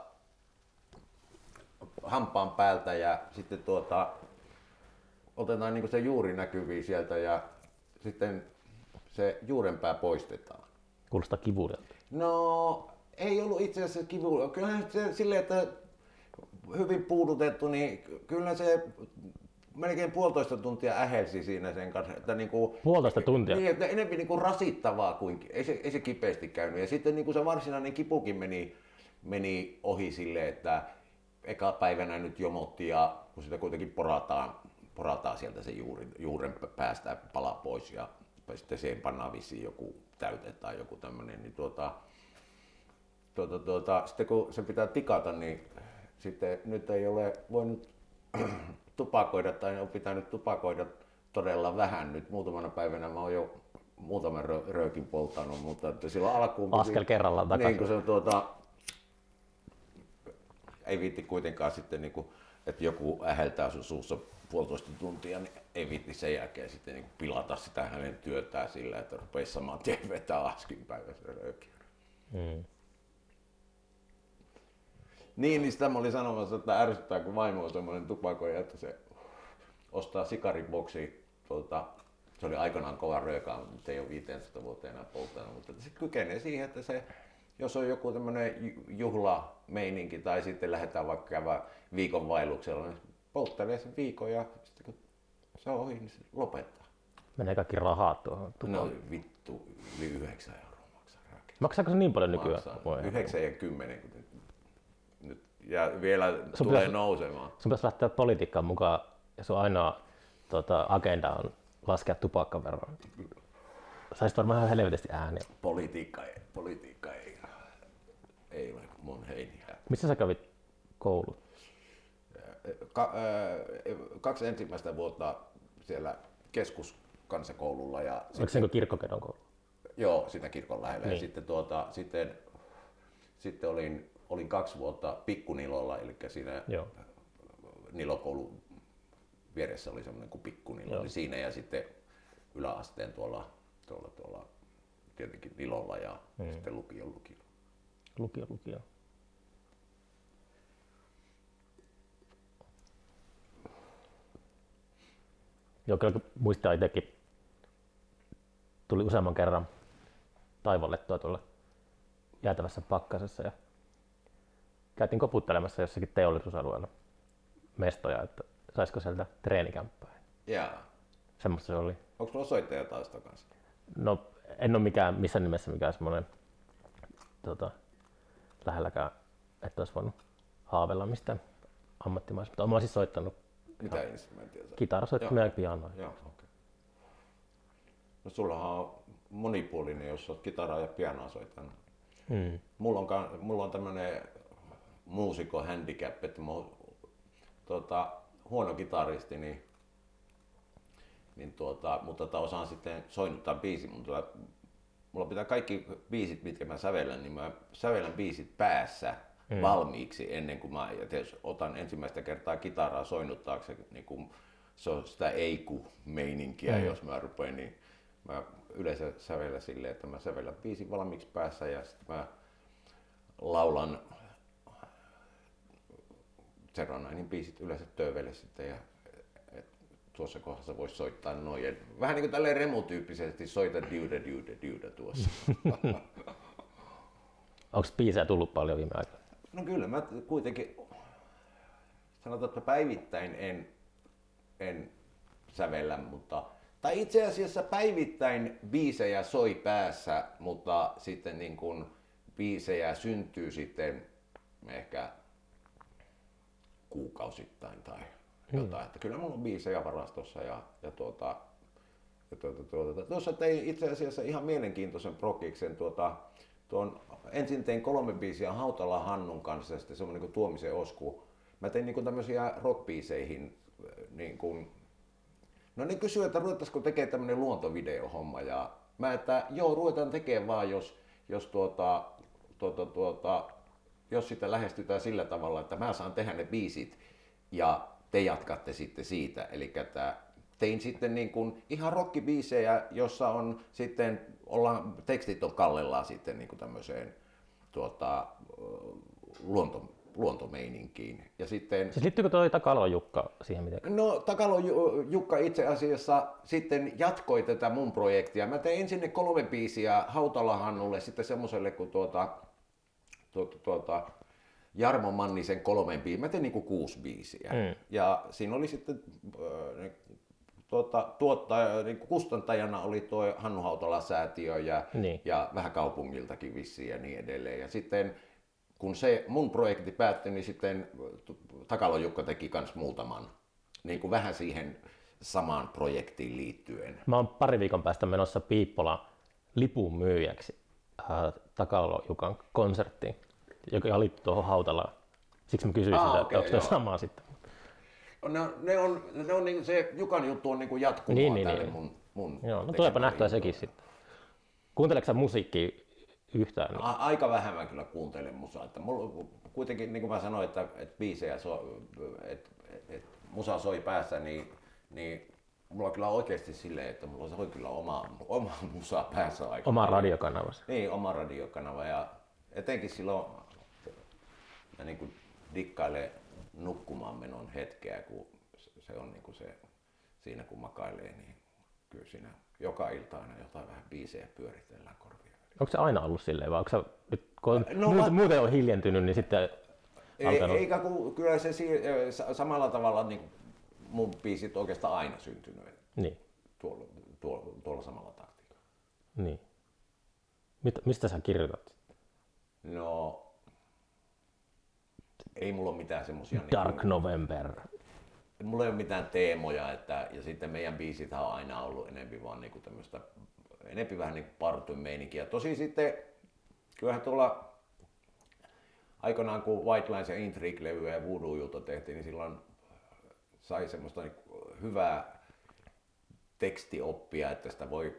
hampaan päältä ja sitten tuota otetaan niinku se juuri näkyviin sieltä ja sitten se juurenpää poistetaan. Kuulostaa kivuudelta. No ei ollut itse asiassa kivuudelta. Kyllähän se silleen, että hyvin puudutettu, niin kyllä se melkein puolitoista tuntia ähelsi siinä sen kanssa. Että niinku, puolitoista tuntia? Niin, että enemmän niinku rasittavaa kuin, ei se, ei se kipeästi käynyt. Ja sitten niinku se varsinainen kipukin meni, meni ohi silleen, että eka päivänä nyt jomotti ja kun sitä kuitenkin porataan, porataan sieltä se juuri, juuren päästä pala pois ja sitten siihen pannaan vissiin joku täyte tai joku tämmöinen, niin tuota, tuota, tuota, sitten kun se pitää tikata, niin sitten nyt ei ole voinut tupakoida tai on pitänyt tupakoida todella vähän. Nyt muutamana päivänä mä oon jo muutaman rö- röökin polttanut, mutta että silloin alkuun... Askel kerrallaan takaisin. Niin, kun se tuota, ei viitti kuitenkaan sitten, niin kuin, että joku äheltää sun suussa puolitoista tuntia, niin ei viitti sen jälkeen sitten niin pilata sitä hänen työtään sillä, että rupeisi saman tien vetää askin päivässä röökiä. Mm. Niin, niin sitä mä olin sanomassa, että ärsyttää, kun vaimo on semmoinen tupakoija, että se ostaa sikariboksi. Tuota, se oli aikanaan kova röökä, mutta ei ole viisitoista vuoteen enää polttanut, mutta se kykenee siihen, että se, jos on joku tämmöinen juhlameininki tai sitten lähdetään vaikka käydä viikon vaelluksella, niin polttelee sen viikon ja sitten kun se on ohi, niin se lopettaa. Menee kaikki rahat tuohon. No vittu, yli yhdeksän euroa maksaa rääkiä. Maksaako se niin paljon nykyään? Yhdeksän ja kymmenen, kun nyt, nyt, ja vielä sun tulee pitäisi, nousemaan. Sun pitäisi lähteä politiikkaan mukaan ja sun ainoa tota, agenda on laskea tupakkaveroa. Saisit varmaan ihan helvetisti ääniä. Politiikka ei, politiikka ei, ei ole mun heiniä. Missä sä kävit koulun? Ka, äh, kaksi ensimmäistä vuotta siellä keskuskansakoululla. Ja oliko se niin kirkkokedon koulu? Joo, siinä kirkon lähellä. Niin. Ja sitten, tuota, sitten, sitten olin, olin kaksi vuotta Pikkunilolla, eli siinä Joo. Nilokoulun vieressä oli semmoinen kuin Pikkunilo, oli siinä ja sitten yläasteen tuolla, tuolla, tuolla tietenkin Nilolla ja mm. sitten lukio, lukio. Lukio, lukio. Joo, kyllä muistaa itsekin. Tuli useamman kerran taivallettua tuolla jäätävässä pakkasessa ja käytiin koputtelemassa jossakin teollisuusalueella mestoja, että saisiko sieltä treenikämppää. Jaa. Semmoista se oli. Onko sulla soittaja tausta kanssa? No en ole mikään, missään nimessä mikään semmoinen tota, lähelläkään, että olisi voinut haaveilla mistään ammattimaista, mutta olen siis soittanut. Mitä instrumenttia sä? Kitarasoittimia ja pianoa. Joo, okay. No sullahan on monipuolinen, jos olet kitaraa ja pianoa soittanut. Hmm. Mulla on, mulla on tämmönen muusikon handicap, että mä oon tuota, huono kitaristi, niin, niin tuota, mutta tota, osaan sitten soinnuttaa biisin. Mulla, mulla pitää kaikki biisit, mitkä mä sävellän, niin mä sävellän biisit päässä hmm. valmiiksi ennen kuin mä jos otan ensimmäistä kertaa kitaraa soinnuttaakseni, niin kun se on sitä eiku-meininkiä, hmm. jos mä rupean, niin mä yleensä sävellän silleen, että mä sävellän biisin valmiiksi päässä ja sitten mä laulan Zeronainin biisit yleensä töövelle sitten ja et, tuossa kohdassa voisi soittaa noin. Vähän niin kuin tälleen remutyyppisesti soita diuda diuda diuda tuossa. Onko biisejä tullut paljon viime aikoina? No kyllä, mä kuitenkin sanotaan, että päivittäin en, en sävellä, mutta tai itse asiassa päivittäin biisejä soi päässä, mutta sitten niin kun biisejä syntyy sitten ehkä kuukausittain tai jotain. Hmm. Että kyllä mulla on biisejä varastossa ja, ja tuota, ja tuota, tuota, tuossa tein itse asiassa ihan mielenkiintoisen prokiksen. Tuota, tuon, ensin tein kolme biisiä Hautala Hannun kanssa ja sitten semmoinen kuin Tuomisen Osku. Mä tein niin kuin tämmöisiä rockbiiseihin niin kuin no niin kysyy, että ruvettaisiko tekemään tämmönen luontovideohomma ja mä että joo ruvetaan tekemään vaan jos, jos, tuota, tuota, tuota, jos sitä lähestytään sillä tavalla, että mä saan tehdä ne biisit ja te jatkatte sitten siitä. Eli että tein sitten niin kuin ihan rockibiisejä, jossa on sitten, ollaan, tekstit on kallellaan sitten niin kuin tämmöiseen tuota, luonto luontomeininkiin. Ja sitten, siis liittyykö toi Takalo Jukka siihen mitenkään? No Takalo Jukka itse asiassa sitten jatkoi tätä mun projektia. Mä tein ensin ne kolme biisiä Hautala Hannulle, sitten semmoselle kuin tuota, tuota, tuota, Jarmo Mannisen kolmen biisiä. Mä tein niinku kuusi biisiä. Mm. Ja siinä oli sitten äh, tuota, tuottaja, niin kustantajana oli tuo Hannu Hautala-säätiö ja, niin. ja vähän kaupungiltakin vissiin ja niin edelleen. Ja sitten kun se mun projekti päättyi, niin sitten Takalo Jukka teki kans muutaman, niin kuin vähän siihen samaan projektiin liittyen. Mä oon pari viikon päästä menossa Piippola lipun myyjäksi äh, Takalo Jukan konserttiin, joka liittyy tuohon Hautalaan. Siksi mä kysyin ah, sitä, okay, että onko se sama sitten. Ne on, ne on, ne on niin, se Jukan juttu on niin kuin jatkumaa niin, niin, tälle niin. mun, mun Joo, no tuleepa nähtyä sekin sitten. Kuunteleeko sä musiikkia yhtään? Niin? A- aika vähän mä kyllä kuuntelen musaa. Että mulla, kuitenkin niin kuin mä sanoin, että, että biisejä so, että, että musa soi päässä, niin, niin mulla on kyllä oikeasti silleen, että mulla soi kyllä oma, oma musa päässä aika. Oma radiokanavassa. Niin, oma radiokanava ja etenkin silloin mä niin kuin dikkailen nukkumaan menon hetkeä, kun se on niin kuin se, siinä kun makailee, niin kyllä siinä joka ilta aina jotain vähän biisejä pyöritellään korvia. Onko se aina ollut silleen vai onko se nyt, kun no, muuten, muuten on hiljentynyt, niin sitten ei, alkanut? Eikä kun kyllä se samalla tavalla niin mun biisit oikeastaan aina syntynyt Niin. tuolla, tuolla, tuolla samalla taktiikalla. Niin. Mit, mistä sä kirjoitat? No, ei mulla ole mitään semmosia... Dark niin, November. Mulla ei ole mitään teemoja, että, ja sitten meidän biisithän on aina ollut enempi vaan niinku tämmöistä, enempi vähän niinku partuin meininkiä. Tosi sitten, kyllähän tuolla aikanaan kun White Lines ja Intrigue-levyä ja Voodoo-julta tehtiin, niin silloin sai semmoista niinku hyvää tekstioppia, että sitä voi,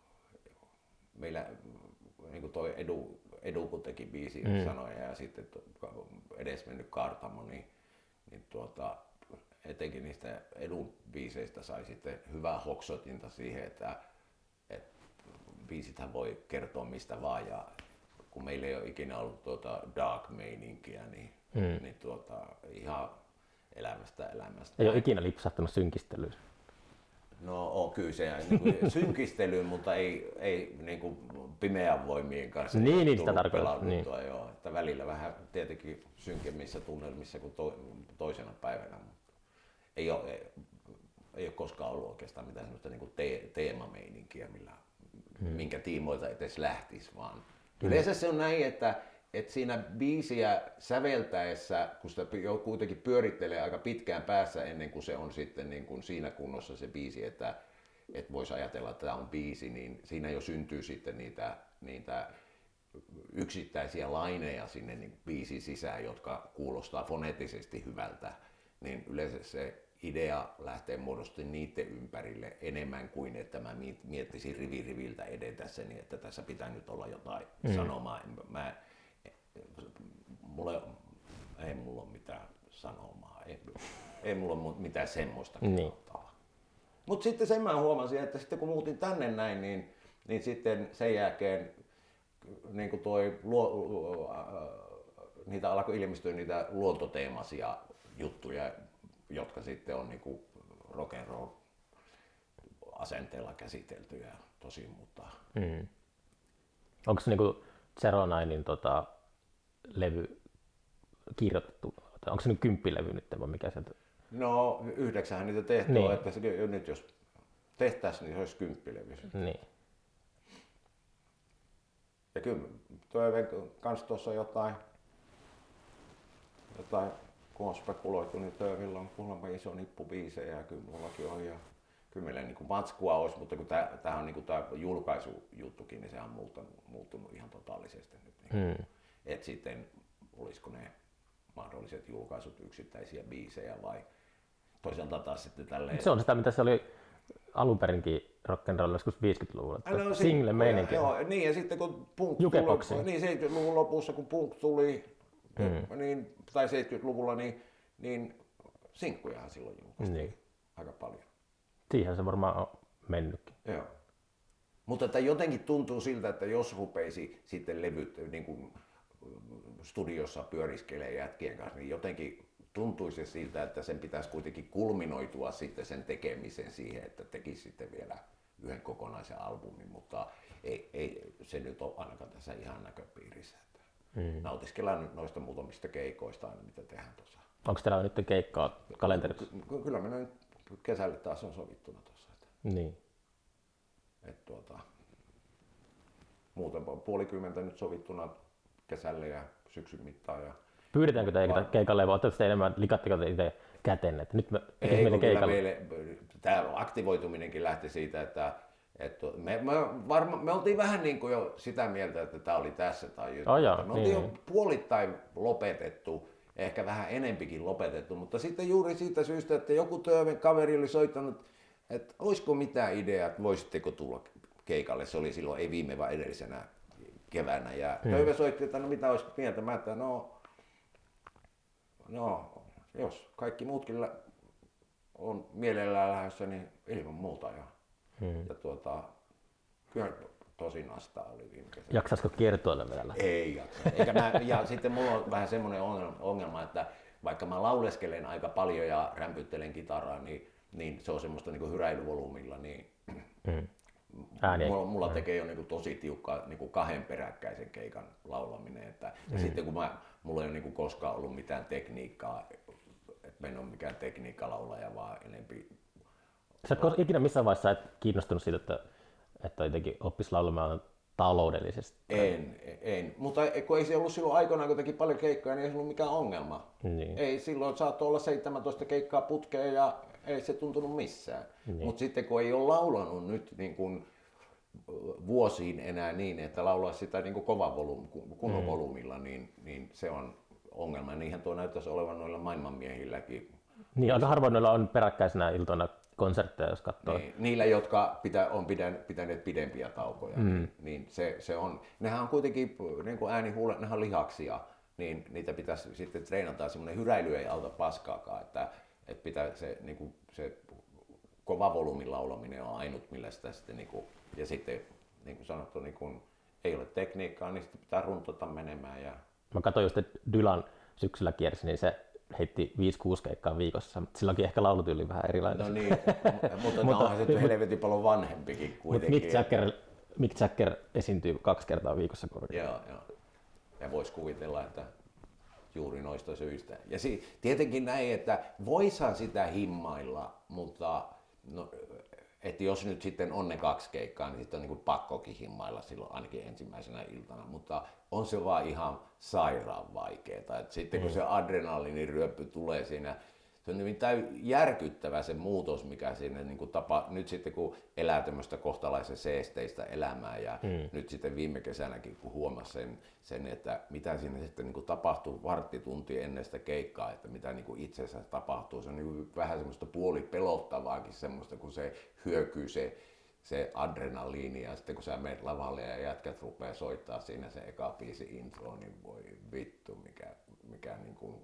meillä niinku toi Edu, Edu kun teki biisin mm. sanoja ja sitten edesmennyt Kaartamo, niin, niin tuota, etenkin niistä Edun biiseistä sai sitten hyvää hoksotinta siihen, että, että biisithän voi kertoa mistä vaan ja kun meillä ei ole ikinä ollut tuota dark-meininkiä, niin, mm. niin tuota, ihan elämästä elämästä. Ei ole ikinä lipsahtanut synkistelyyn. No on kyllä se niin kuin synkistelyyn, mutta ei, ei niin kuin pimeän voimien kanssa niin, niin sitä tarkoittaa. Niin. Joo, että välillä vähän tietenkin synkemmissä tunnelmissa kuin to, toisena päivänä. Ei ole, ei, ei ole koskaan ollut oikeastaan mitään sellaista niin kuin te, teemameininkiä, millä, hmm. minkä tiimoilta edes lähtisi, vaan hmm. yleensä se on näin, että, että siinä biisiä säveltäessä, kun sitä kuitenkin pyörittelee aika pitkään päässä ennen kuin se on sitten niin kuin siinä kunnossa se biisi, että, että voisi ajatella, että tämä on biisi, niin siinä jo syntyy sitten niitä, niitä yksittäisiä laineja sinne niin biisin sisään, jotka kuulostaa foneettisesti hyvältä. Niin yleensä se idea lähtee muodostumaan niiden ympärille enemmän kuin että mä miettisin rivi riviltä edetässä, niin että tässä pitää nyt olla jotain mm. sanomaa. Mä, mulle, ei mulla ole mitään sanomaa, ei, ei mulla ole mitään semmoista. Niin. Mutta sitten sen mä huomasin, että sitten kun muutin tänne näin, niin, niin sitten sen jälkeen niin kuin toi, luo, äh, niitä alkoi ilmestyä niitä luontoteemaisia juttuja, jotka sitten on niinku rock and roll asenteella käsitelty ja tosi, mutta... Mm. Onko se niinku Zero Ninein tota, levy kirjoitettu, onko se nyt kymppilevy nyt vai mikä se? No yhdeksänhän niitä tehty niin. On, että se, nyt jos tehtäisiin, niin se olisi kymppilevy. Niin. Ja kyllä Töven kanssa tuossa jotain, jotain kun on spekuloitu, niin Tövillä on kuulemma iso nippu biisejä ja kyllä mullakin on ja kyllä meillä niin kuin matskua olisi, mutta kun tämä on niin kuin tämä julkaisujuttukin, niin se on muuttunut, muuttunut ihan totaalisesti nyt. Niin hmm. Että sitten olisiko ne mahdolliset julkaisut yksittäisiä biisejä vai toisaalta taas sitten tälleen... Se on sitä, mitä se oli alun perinkin rock'n'roll joskus viisikymmentäluvulla, no, single meininki. Joo, niin ja sitten kun punk tuli, niin seitsemänkymmentäluvun lopussa kun punk tuli, hmm. niin, tai seitsemänkymmentäluvulla, niin, niin sinkkujahan silloin julkaistiin niin. Aika paljon. Siihen se varmaan on mennytkin. Joo. Mutta että jotenkin tuntuu siltä, että jos rupeisi sitten levyt niin kuin studiossa pyöriskelee jätkien kanssa, niin jotenkin tuntuisi siltä, että sen pitäisi kuitenkin kulminoitua sitten sen tekemisen siihen, että tekisi sitten vielä yhden kokonaisen albumin, mutta ei, ei se nyt ole ainakaan tässä ihan näköpiirissä. Hmm. Nautiskellaan nyt noista muutamista keikoista aina, mitä tehdään tuossa. Onko teillä nyt keikkaa kalenterissa? Kyllä me nyt kesälle taas on sovittuna tuossa. Niin. Et tuota, muuten puolikymmentä nyt sovittuna kesälle ja syksyn mittaan. Ja pyydetäänkö teitä keikalle vai ottaisitte enemmän, likatteko te itse käteen, että nyt me ei, kun kyllä meille, tämä aktivoituminenkin lähti siitä, että, että me, me, varma, me oltiin vähän niin kuin jo sitä mieltä, että tämä oli tässä tai jotain. Oh, joo, me oltiin niin. jo puolittain lopetettu, ehkä vähän enempikin lopetettu, mutta sitten juuri siitä syystä, että joku Töven kaveri oli soittanut, että olisiko mitään ideaa, että voisitteko tulla keikalle, se oli silloin ei viime vaan edellisenä keväänä ja hmm. Töve soitti, että no mitä olisi mieltä, mä että no, no jos kaikki muutkin on mielellään lähdössä, niin ilman muuta ja, hmm. ja tuota, kyllä tosi nastaa oli viime kesänä. Jaksaisiko kiertueelle vielä? Ei jaksa. Eikä mä, ja sitten mulla on vähän semmoinen ongelma, että vaikka mä lauleskelen aika paljon ja rämpyttelen kitaraa, niin, niin se on semmoista niin kuin hyräilyvolyymilla, niin hmm. mulla, mulla tekee jo niin kuin tosi tiukkaa niin kuin kahden peräkkäisen keikan laulaminen. Että, ja hmm. sitten kun mä, mulla ei ole niin kuin koskaan ollut mitään tekniikkaa et mä en ole mikään tekniikkalaulaja, vaan enempi. Sä et ikinä missään vaiheessa et kiinnostunut siitä, että, että jotenkin oppisi laulamaan taloudellisesti? En, en. Mutta kun ei se ollut silloin aikoinaan, kun teki paljon keikkoja, niin ei se ollut mikään ongelma. Niin. Ei silloin saattoi olla seitsemäntoista keikkaa putkeen ja ei se tuntunut missään. Niin. Mutta sitten kun ei ole laulanut nyt niin kun vuosiin enää niin, että laulaa sitä niin kuin kova volum, kunnon mm. volyymilla, niin, niin se on ongelma. Niinhän tuo näyttäisi olevan noilla maailmanmiehilläkin. Niin, aika harvoin noilla on peräkkäisenä iltoina konsertteja, jos katsoo. Niin, niillä, jotka pitä, on pitäneet pidempiä taukoja, mm. niin, niin se, se on, nehän on kuitenkin niin kuin äänihuulet, nehän on lihaksia, niin niitä pitäisi sitten treenata. Semmoinen hyräily ei auta paskaakaan, että, että pitää se, niin kuin se kova volyymin laulaminen on ainut, millä sitä sitten, niin kuin, ja sitten niin kuin sanottu, niin kuin, ei ole tekniikkaa, niin sitten pitää runtota menemään. Ja... Mä katsoin just, että Dylan syksyllä kiersi, niin se heitti viisi kuusi keikkaa viikossa, mutta silloinkin ehkä laulutyyli vähän erilainen. No niin, mutta onhan se helvetin paljon vanhempikin kuitenkin. Mick Jagger, Mick Jagger esiintyy kaksi kertaa viikossa korkealla. Joo, joo. Ja voisi kuvitella, että juuri noista syistä. Ja si- tietenkin näin, että voisahan sitä himmailla, mutta no, että jos nyt sitten on ne kaksi keikkaa, niin sitten on niin kuin pakkokin himmailla silloin ainakin ensimmäisenä iltana, mutta on se vaan ihan sairaan vaikeeta. Et sitten kun mm. se adrenaliiniryöppy tulee siinä, se on nimittäin järkyttävä se muutos, mikä siinä niin kuin tapa, nyt sitten kun elää tämmöistä kohtalaisen seesteistä elämää ja mm. nyt sitten viime kesänäkin kun huomasi sen, sen että mitä siinä sitten niin kuin tapahtuu varttitunti ennen sitä keikkaa, että mitä niin kuin itsensä tapahtuu, se on niin kuin vähän semmoista puolipelottavaakin semmoista, kun se hyökyy se, se adrenaliini ja sitten kun sä menet lavalle ja jätkät rupeaa soittaa siinä se eka biisi intro, niin voi vittu mikä, mikä niin kuin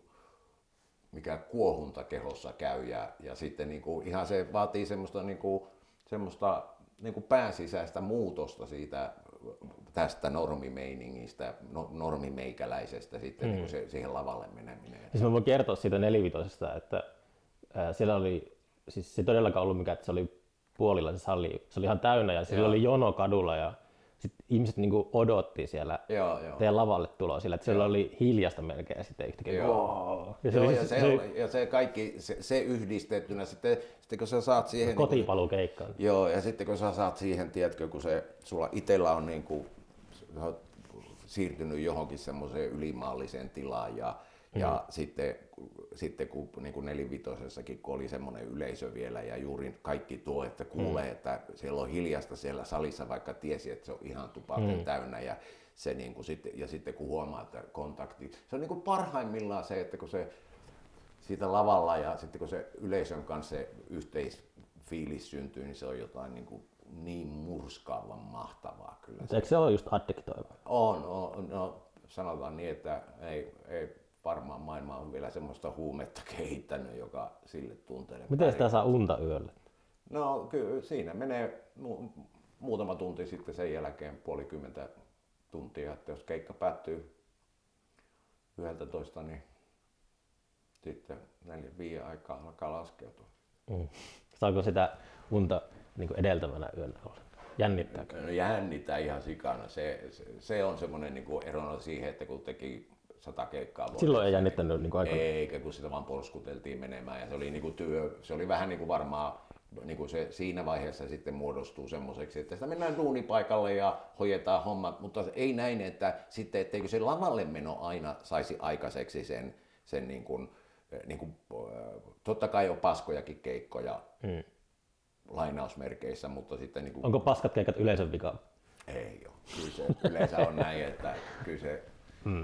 mikä kuohunta kehossa käy ja, ja sitten niin kuin, ihan se vaatii semmoista, niin kuin, semmoista niin kuin päänsisäistä muutosta siitä tästä normimeiningistä, no, normimeikäläisestä sitten mm. niin kuin se, siihen lavalle meneminen. Siis mä voin kertoa siitä nelivitosesta, että ää, siellä oli, siis se ei todellakaan ollut mikään, että se oli puolilla se sali, se oli ihan täynnä ja siellä joo. oli jono kadulla ja sitten ihmiset niinku odotti siellä joo, joo. teidän lavalle tuloa sillä, että siellä joo. oli hiljasta melkein ja sitten yhtäkkiä joo. Ja, se, joo, ja, se, se, oli, ja se kaikki, se, se yhdistettynä sitten, sitten kun sä saat siihen... Kotipalukeikkaan. Niin joo, ja sitten kun sä saat siihen, tiedätkö, kun se sulla itsellä on niin kuin, sä oot siirtynyt johonkin semmoiseen ylimaalliseen tilaan ja Mm. Ja sitten, sitten kun niin kuin nelivitosessakin, kun oli semmoinen yleisö vielä ja juuri kaikki tuo, että kuulee, mm. että siellä on hiljasta siellä salissa, vaikka tiesi, että se on ihan tupaten mm. täynnä ja, se niin kuin sitten, ja sitten kun huomaa, että kontakti, se on niin kuin parhaimmillaan se, että kun se siitä lavalla ja sitten kun se yleisön kanssa se yhteisfiilis syntyy, niin se on jotain niin kuin niin murskaavan mahtavaa kyllä. Eikö se ole just addiktoiva? On, on, no, sanotaan niin, että ei, ei varmaan maailma on vielä semmoista huumetta kehittänyt, joka sille tunteelle. Miten sitä saa unta yöllä? No kyllä siinä menee mu- muutama tunti sitten sen jälkeen, puolikymmentä tuntia, että jos keikka päättyy yhdeltätoista, niin sitten neljä viiden aikaa alkaa laskeutua. Mm. Saako sitä unta niin edeltävänä yönä olla? Jännittääkö? No, jännittää ihan sikana. Se, se, se on semmoinen niin erona siihen, että kun teki sata keikkaa vuodessa. Silloin ei jännittänyt niin aikaa? Eikä, kun sitä vaan porskuteltiin menemään ja se oli niin kuin työ, se oli vähän niin kuin varmaan niin kuin se siinä vaiheessa sitten muodostuu semmoiseksi, että sitä mennään duunipaikalle ja hoidetaan hommat, mutta ei näin, että sitten etteikö se lavalle meno aina saisi aikaiseksi sen, sen niin kuin, niin kuin, totta kai on paskojakin keikkoja hmm. lainausmerkeissä, mutta sitten niin kuin, onko paskat keikat yleisön vika? Ei ole, kyllä se yleensä on näin, että kyllä se hmm.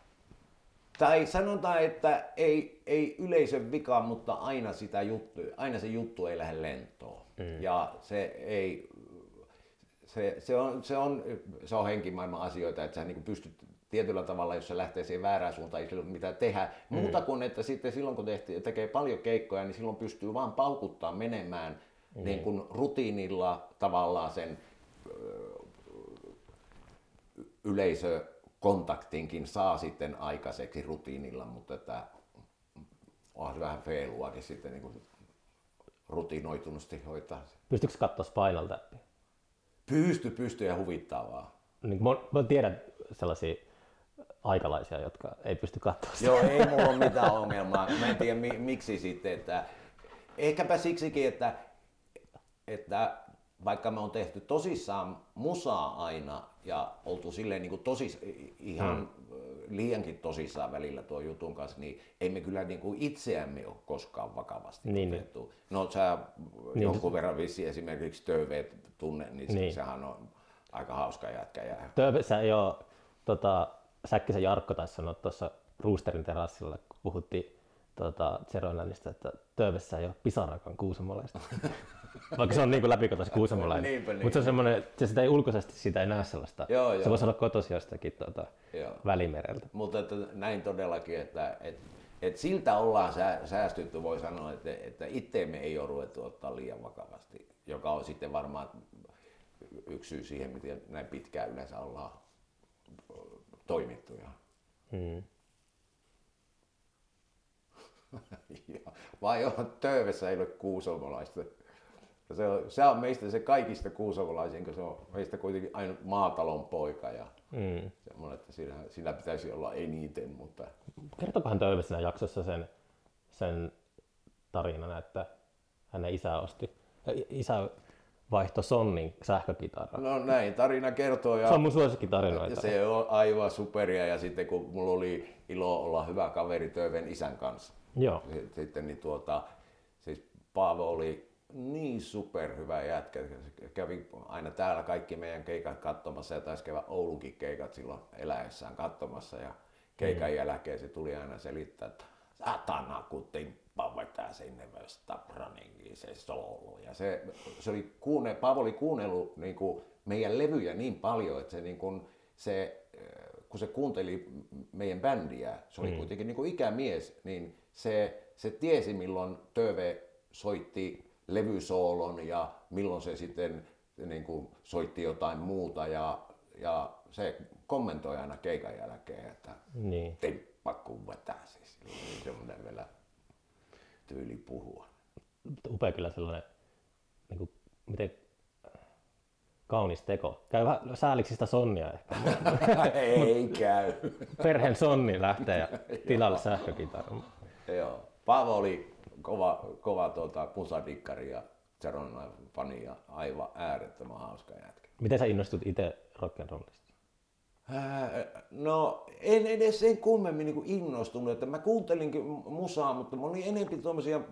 Tai sanotaan, että ei, ei yleisön vika, mutta aina, sitä juttu, aina se juttu ei lähde lentoon. Mm. Ja se ei, se, se, on, se, on, se on henkimaailman asioita, että sä niin pystyt tietyllä tavalla, jos se lähtee siihen väärään suuntaan, ei sillä ole mitään tehdä. Mm. Muuta kuin, että sitten silloin kun tehti, tekee paljon keikkoja, niin silloin pystyy vaan paukuttaa menemään mm. niin kuin rutiinilla tavallaan sen yleisö kontaktinkin saa sitten aikaiseksi rutiinilla, mutta että onhan se vähän feiluakin sitten niin kuin rutiinoitunosti hoitaa. Pystyykö katsoa Spinal Tapia? Pysty, pysty ja huvittavaa. Niin, mä, mä tiedän sellaisia aikalaisia, jotka ei pysty katsomaan sitä. Joo, ei mulla ole mitään ongelmaa. Mä en tiedä mi- miksi sitten, että ehkäpä siksikin, että, että vaikka me on tehty tosissaan musaa aina ja oltu silleen niin kuin tosis, ihan hmm. liiankin tosissaan välillä tuon jutun kanssa, niin ei me kyllä niin kuin itseämme ole koskaan vakavasti niin, otettu. Niin. No sä niin, jonkun verran vissiin esimerkiksi Töveet tunne, niin, niin sehän on aika hauska jätkä. Ja... Tövessä ei ole, tota, Säkkisen Jarkko taisi sanoa tuossa Roosterin terassilla, kun puhuttiin tota, Zeroinlandista, että Tövessä ei ole pisarakaan kuusamolaista. Vaikka se on niin kuin läpikotaisi kuusamolainen. Niinpä, niinpä. Mutta se on semmoinen, että sitä ei ulkoisesti sitä ei näe sellaista. Joo, se joo. Voisi olla kotosi jostakin tuota, Välimereltä. Mutta että näin todellakin, että et, et siltä ollaan säästytty, voi sanoa, että, että itteemme ei ole ruvettu ottaa liian vakavasti, joka on sitten varmaan yksi syy siihen, miten näin pitkään yleensä ollaan toimittu. Hmm. Vai on Tövessä ei ole kuusamolaista. Se on, se on meistä se kaikista kuusavolaisin, kun se on meistä kuitenkin aina maatalon poika ja mm. semmoinen, että siinä, siinä pitäisi olla eniten. Mutta... Kertokohan Töyve siinä jaksossa sen, sen tarinan, että hänen isä osti, isä vaihtoi Sonnin sähkökitaran. No näin, tarina kertoo. Ja se on mun suosikkitarinoita. Se on aivan superia ja sitten kun mulla oli ilo olla hyvä kaveri Töyven isän kanssa. Joo. Sitten niin tuota, siis Paavo oli niin superhyvä jätkä. Kävi aina täällä kaikki meidän keikat katsomassa ja taisi käydä Oulunkin keikat silloin eläessään katsomassa. Ja keikan mm. jälkeen se tuli aina selittää, että satana kun Timppa vetää sinne Vestabraningiin se soolo. Ja se, se oli kuune, Paavo oli kuunnellut niin kuin meidän levyjä niin paljon, että se, niin kuin, se, kun se kuunteli meidän bändiä, se oli mm. kuitenkin niin kuin ikämies, niin se, se tiesi milloin Töve soitti levysoolon ja milloin se sitten niin kuin soitti jotain muuta ja, ja se kommentoi aina keikan jälkeen, että niin. Timppa kun vetää siis. Semmoinen vielä tyyli puhua. Upea kyllä sellainen, niin kuin, miten kaunis teko. Käy vähän sääliksi sitä Sonnia ehkä. Ei käy. Perheen Sonni lähtee ja tilalle sähkökitara. Joo. Paavo oli kova, kova tuota, musadikkari ja Zeronan fani ja aivan äärettömän hauska jätkä. Miten sä innostut itse rock'n'rollista? No en edes sen kummemmin niin kuin innostunut, että mä kuuntelinkin musaa, mutta mä olin enemmän tuommoisia,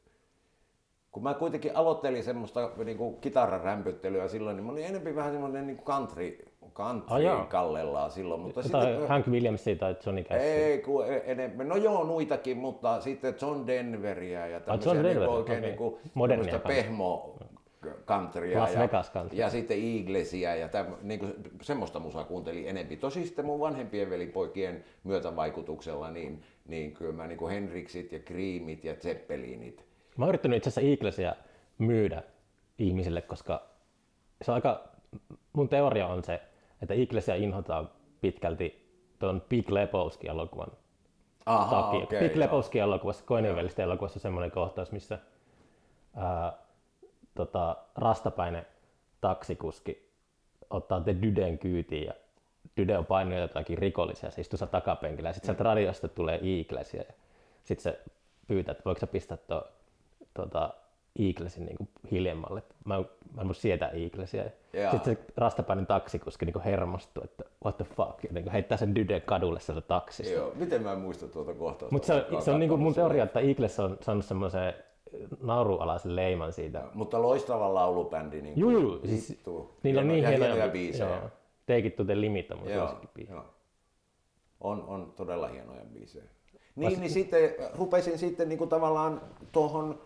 kun mä kuitenkin aloittelin semmoista niin kuin kitararämpyttelyä silloin, niin mä olin enemmän vähän semmoinen niin kuin country, country ah, kallellaan silloin. Mutta tai sitten, Hank Williamsia tai Johnny Cashia? Ei, kun enemmän, no joo nuitakin, mutta sitten John Denveria ja tämmöisiä ah, niin oikein okay. niin kuin, modernia pehmo countrya ja, ja sitten Eaglesia ja täm, niin kuin, semmoista musaa kuuntelin enemmän. Tosi sitten mun vanhempien velipoikien myötävaikutuksella niin, niin kyllä mä niin kuin Henriksit ja Creamit ja Zeppelinit. Mä oon yrittänyt itse asiassa Eaglesia myydä ihmisille, koska se on aika, mun teoria on se, että Eaglesia inhotaan pitkälti tuon Big Lebowski-elokuvan Aha, takia. Okay, Big Lebowski-elokuvassa, Coenin velisten elokuvassa on semmoinen kohtaus, missä ää, tota, rastapäinen taksikuski ottaa te Dyden kyytiin ja Dyde on painanut jotakin rikollisia, se istuu siellä takapenkillä ja sitten sieltä radiosta tulee Eaglesia ja sitten se pyytää, että voiko sä pistää tuon tota, Eaglesin niin kuin hiljemmalle. Mä, mä en voi sietää Eaglesia. Sitten se rastapäinen taksikuski niin kuin hermostuu, että what the fuck, ja niin kuin heittää sen Dyden kadulle sieltä taksista. Joo, miten mä en muista tuota kohtausta. Mutta se on, se on niin kuin mun teoria, että Eagles on saanut semmoisen naurualaisen leiman siitä. No, mutta loistava laulubändi. Niin juu, juu, siis niillä on niin hienoja, hienoja biisejä. Joo, Take It to the Limit on mun suosikkibiisi. On, on todella hienoja biisejä. Niin, Vas... niin sitten rupesin sitten niin kuin tavallaan tuohon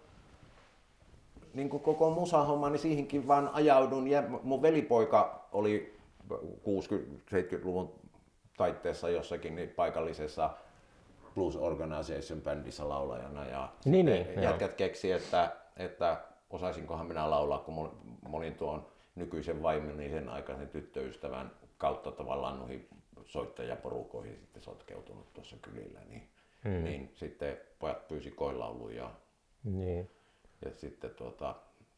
niin kuin koko musahomma, niin siihenkin vaan ajaudun. Ja mun velipoika oli kuusikymmentä-seitsemänkymmentäluvun taitteessa jossakin niin paikallisessa Blues Organization bändissä laulajana. Ja niin, niin, jätkät keksi, että, että osaisinkohan minä laulaa, kun mä olin tuon nykyisen vaimoni sen aikaisen tyttöystävän kautta tavallaan noihin soittajaporukoihin sitten sotkeutunut tuossa kylillä. Niin, hmm. niin sitten pojat pyysi koilauluun ja niin. Ja sitten tuota,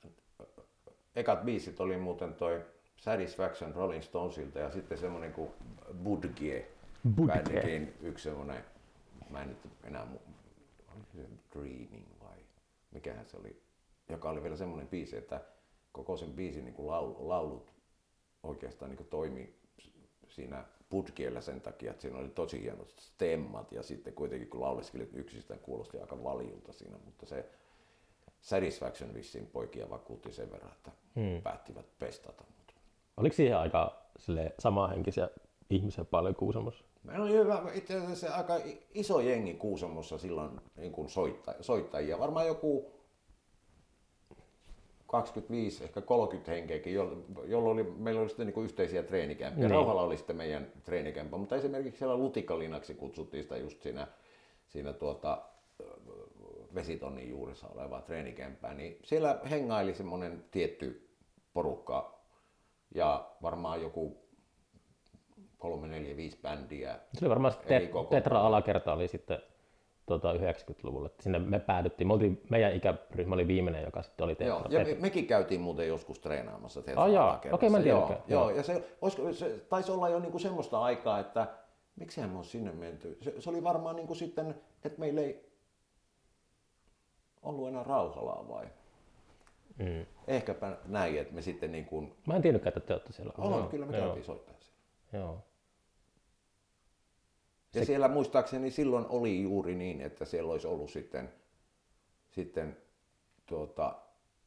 ekat biisit oli muuten toi Satisfaction Rolling Stonesilta ja sitten semmonen kuin Budgie Budke. Ainakin yksi semmoinen, mä en nyt enää, oliko se Dreaming vai mikähän se oli, joka oli vielä semmoinen biisi, että koko sen biisin niin kuin laulu, laulut oikeastaan niin kuin toimi siinä Budkiellä sen takia, että siinä oli tosi hienot stemmat ja sitten kuitenkin kun lauleskelit yksistään kuulosti aika valjulta siinä, mutta se Satisfaction vissiin poikia vakuutti sen verran, että hmm. päättivät pestata. Oliko siihen aika samanhenkisiä ihmisiä paljon Kuusamossa? Meillä oli hyvä, itse asiassa aika iso jengi Kuusamossa silloin niin kuin soittajia, soittajia. Varmaan joku kaksikymmentäviisi, ehkä kolmekymmentä henkeäkin, jolloin oli, meillä oli sitten niin kuin yhteisiä treenikämpiä. Niin. Rauhalla oli sitten meidän treenikämpä, mutta esimerkiksi siellä Lutikkalinaksi kutsuttiin sitä just siinä, siinä tuota, vesitonnin juuressa olevaa treenikämpää, niin siellä hengaili semmoinen tietty porukka ja varmaan joku kolme, neljä, viisi bändiä. Se oli varmaan te- Tetra alakerta oli sitten tuota, yhdeksänkymmentäluvulla. Sinne me päädyttiin. Me oltiin, meidän ikäryhmä oli viimeinen, joka sitten oli Tetra. Joo, ja me, mekin käytiin muuten joskus treenaamassa Tetra ah, alakerrassa. Okei, mä en tiedä. Joo, joo, ja se, olisiko, se taisi olla jo niinku semmoista aikaa, että miksihän me on sinne menty. Se, se oli varmaan niinku sitten, että meillä ei ollut enää Rauhalaa vai? Mm. Ehkäpä näin, että me sitten niin kuin... Mä en tiennytkään, että te olette siellä. On, no, kyllä me käytiin soittaa siellä. Joo. Ja se... siellä muistaakseni silloin oli juuri niin, että siellä olisi ollut sitten, sitten tuota,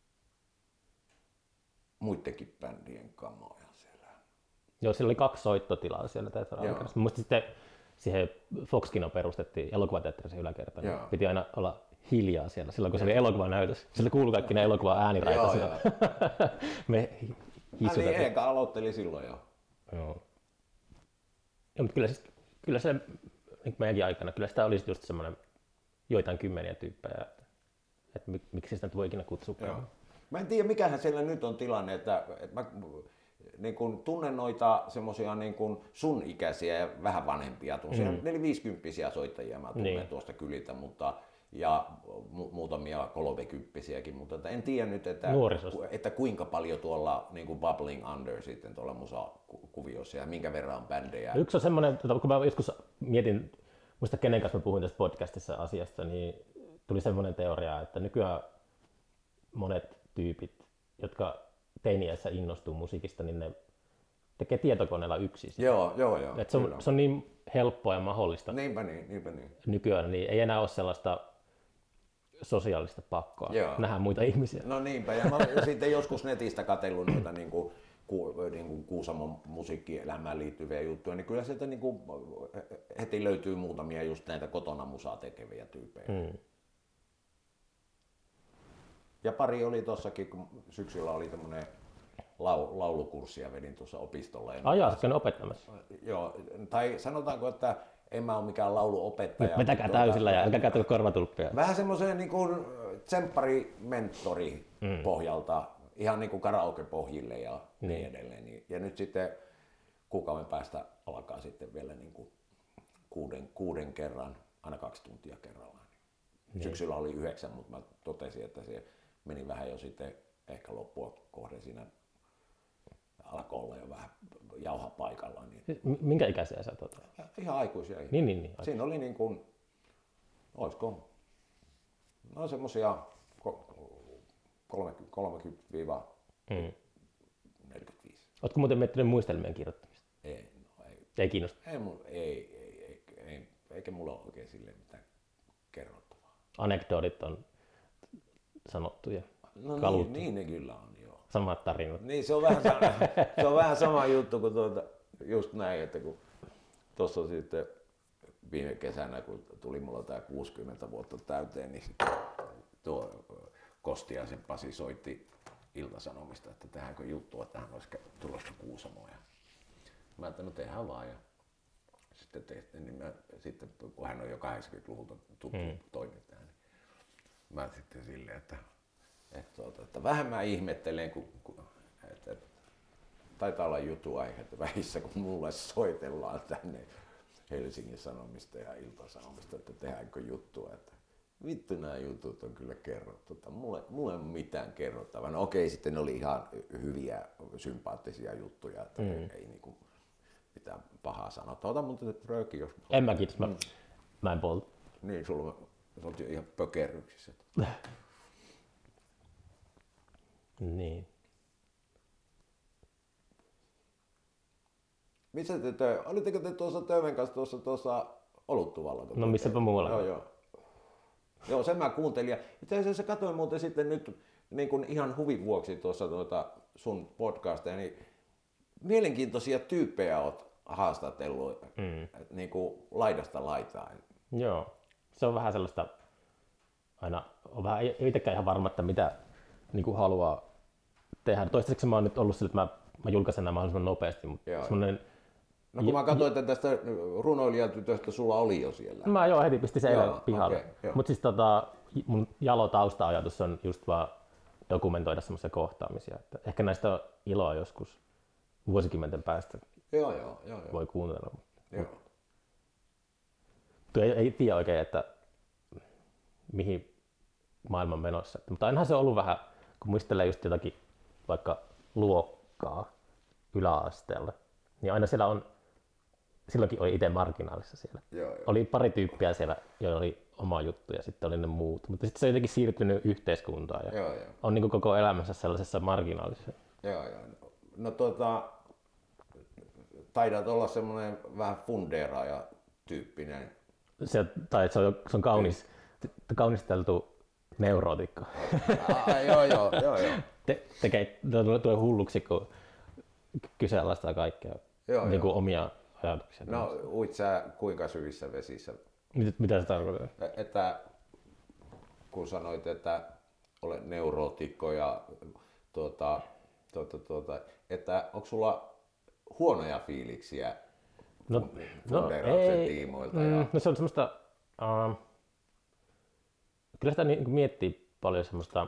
muidenkin bändien kamoja siellä. Joo, siellä oli kaksi soittotilaa siellä Tetra-alakerrassa. Muistin sitten siihen Fox-kino perustettiin elokuvateatterissa yläkertaan. Niin piti aina olla hiljaa siellä, silloin kun se oli elokuvanäytös. Siellä kuului kaikki ne elokuvan ääniraita. Me hissutettiin. Niin, Eeka aloitteli silloin jo. Joo. Ja, mutta kyllä, siis, kyllä se niin meidänkin aikana, kyllä sitä olisi just semmoinen joitain kymmeniä tyyppejä, että, että miksi sitä nyt voi ikinä kutsukaan. Mä en tiedä mikähän siellä nyt on tilanne, että, että mä niin kun tunnen noita semmosia niin kun sun ikäisiä ja vähän vanhempia, tuossa mm. neliviisikymppisiä soittajia mä tunnen niin. tuosta kyliltä, mutta ja mu- muutamia kolmekymppisiäkin, mutta en tiedä nyt, että, että kuinka paljon tuolla niin kuin bubbling under sitten tuolla musakuviossa ja minkä verran on bändejä. Yksi on semmoinen, kun mä joskus mietin, muista kenen kanssa mä puhuin tästä podcastissa asiasta, niin tuli semmoinen teoria, että nykyään monet tyypit, jotka teiniässä innostuu musiikista, niin ne tekee tietokoneella yksin. Joo, joo, joo. Et se, on, se on niin helppoa ja mahdollista. Niinpä niin, niinpä niin. Nykyään niin ei enää ole sellaista sosiaalista pakkoa nähdä muita ihmisiä. No niinpä, ja mä olen sitten joskus netistä katsellut noita niin kuin, ku, niin kuin Kuusamon musiikkielämään liittyviä juttuja, niin kyllä sieltä niin kuin, heti löytyy muutamia just näitä kotona musaa tekeviä tyyppejä. Hmm. Ja pari oli tossakin, kun syksyllä oli tämmöinen lau, laulukurssi ja vedin tuossa opistolla. Ajaa, se on opettamassa. Joo, tai sanotaanko, että en mä ole mikään lauluopettaja. Nyt vetäkää tuota, täysillä ja älkää käyttäkö korvatulppia. Vähän semmoisen niin kuin tsemppari-mentori mm. pohjalta, ihan niin kuin karaoke-pohjille ja niin, niin edelleen. Ja nyt sitten kuukauden päästä alkaa sitten vielä niin kuin kuuden, kuuden kerran, aina kaksi tuntia kerrallaan. Niin. Syksyllä oli yhdeksän, mutta mä totesin, että se meni vähän jo sitten ehkä loppua kohden siinä. Alkoi olla jo vähän jauha paikalla. Niin... Minkä ikäisiä sä tuota? Ihan aikuisia. Niin, niin, niin, siinä oli niin kuin, olisiko, no semmosia kolmekymmentä neljäkymmentäviisi. Ootko muuten miettinyt muistelmien kirjoittamista? Ei, no ei. Ei kiinnosta? Ei, ei, ei, ei, ei, eikä mulla ole oikein silleen mitään kerrottavaa. Anekdootit on sanottuja. No niin, niin ne kyllä on, joo. Samat tarinat. Niin, se on vähän sama, se on vähän sama juttu kuin tuota, just näin, että kun tuossa sitten viime kesänä, kun tuli mulla tää kuusikymmentä vuotta täyteen, niin sitten tuo Kostiaisen Pasi soitti Ilta-Sanomista, että tehdäänkö juttua, että hän olisi tulossa Kuusamoon. Mä ajattelin, no tehdään vaan. Ja sitten tehtiin, niin mä, sitten kun hän on jo kahdeksankymmentäluvulta tuttu hmm. toimittaja, niin mä sitten silleen, että Että, tuota, että vähän mä ihmettelen, kun, kun, että, että taitaa olla jutuaiheita vähissä, kun mulle soitellaan tänne Helsingin Sanomista ja Ilta-Sanomista, että tehdäänkö juttua. Että vittu nämä jutut on kyllä kerrottu, että mulle, mulle ei ole mitään kerrottavaa. No okei, sitten ne oli ihan hyviä, sympaattisia juttuja, että mm. ei, ei niinku mitään pahaa sanoa. Ota muuten rööki, jos... En mä kiitos, mä, mm. mä en polta. Niin, sulla on jo ihan pökerryksissä. Niin. Missä te, te olitteko te tuossa Töven kanssa tuossa, tuossa Oluttuvalla? No missäpä muualla. Joo, joo. Joo, sen mä kuuntelin. Ja itse asiassa katsoin muuten sitten nyt niin kuin ihan huvin vuoksi tuossa tuota sun podcasteja, niin mielenkiintoisia tyyppejä oot haastatellut mm. niin kuin laidasta laitaan. Joo, se on vähän sellaista, aina on vähän itsekään ihan varma, että mitä niin kuin haluaa tehdä. Toistaiseksi mä oon nyt ollut sillä, että mä, mä julkaisen nämä mahdollisimman nopeasti, mutta semmoinen... No kun mä katsoin, että tästä runoilijatytöstä sulla oli jo siellä. Mä joo, heti pistin se eilen pihalle. Okay, mutta siis tota, mun jalo tausta-ajatus on just vaan dokumentoida semmoisia kohtaamisia. Että ehkä näistä on iloa joskus vuosikymmenten päästä. Joo, joo, joo, joo. Voi kuunnella. Joo. Mutta ei, ei tiedä oikein, että mihin maailman menossa. Mutta ainahan se on ollut vähän, kun muistelee just jotakin vaikka luokkaa yläasteella, niin aina siellä on, silloinkin oli itse marginaalissa siellä. Joo, joo. Oli pari tyyppiä siellä, joilla oli oma juttu ja sitten oli ne muut. Mutta sitten se on jotenkin siirtynyt yhteiskuntaan ja joo, joo. on niin kuin koko elämänsä sellaisessa marginaalissa. Joo, joo. No tuota, taidat olla semmoinen vähän fundeeraaja tyyppinen. Se, tai se on, se on kaunis, kaunisteltu neurootikko. Ah, joo, joo, joo, joo. Te, tekee, tulee hulluksi, kun kyseenalaistaa kaikkea joo, niin kuin joo. omia ajatuksia. No uit sä kuinka syvissä vesissä? Mitä, mitä se tarkoittaa? Että kun sanoit, että olet neurootikko ja tuota, tuota, tuota, että onko sulla huonoja fiiliksiä no, funderauksen no, tiimoilta? Mm, ja... no se on semmoista, uh, kyllä sitä niin miettii paljon semmoista,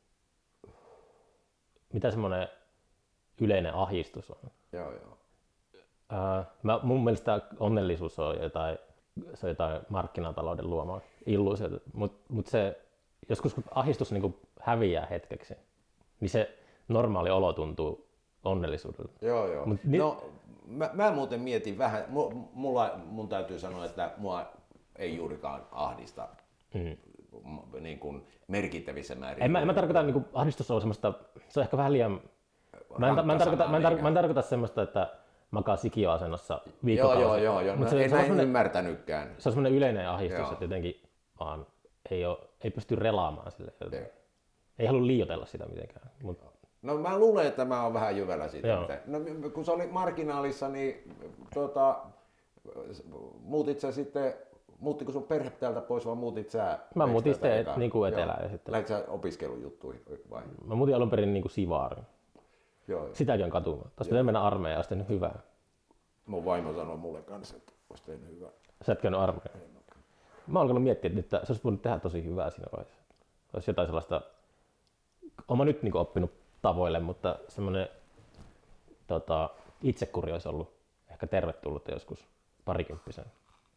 mitä semmoinen yleinen ahdistus on. Joo, joo. Uh, mä, mun mielestä onnellisuus on jotain, se on jotain markkinatalouden luomaa illuusiota, mutta mut se joskus kun ahdistus niin kuin häviää hetkeksi, niin se normaali olo tuntuu onnellisuudelta. Joo, joo. Mut no, mä, mä muuten mietin vähän, mulla, mun täytyy sanoa, että mua ei juurikaan ahdista mm. niin kuin merkittävissä määrin. En mä, en mä tarkoita, niin kuin, ahdistus on semmoista, se on ehkä vähän liian, mä en, mä en, tarkoita, mä en, tar, mä en tarkoita semmoista, että makaa sikioasennossa viikkokausia. Joo, joo, joo, no, se, en se näin ymmärtänytkään. Se on semmoinen yleinen ahdistus, joo. Että jotenkin vaan ei, ole, ei pysty relaamaan sille. Ei halua liioitella sitä mitenkään. Mut... No mä luulen, että mä oon vähän jyvällä siitä. No, kun sä olit marginaalissa, niin tuota, muutit sä sitten, muuttiko sun perhe täältä pois vai muutit sä? Mä muutin sitten et, niin kuin etelään. Ja sitten... Lähdit sä opiskelujuttuihin vai? Mä muutin alun perin niin kuin Sivaariin. Joo, sitäkin on katunut. Taas pitää mennä armeijaan, olisi tehnyt hyvää. Mun vaimo sanoi mulle kanssa, että olisi tehnyt hyvää. Sä et käynyt armeijaan? Mä oon alkanut miettiä, että nyt se olisi voinut tehdä tosi hyvää siinä vaiheessa. Olisi jotain sellaista, oon mä nyt niin kuin oppinut tavoille, mutta semmoinen tota, itsekuri olisi ollut ehkä tervetullut joskus parikymppisen.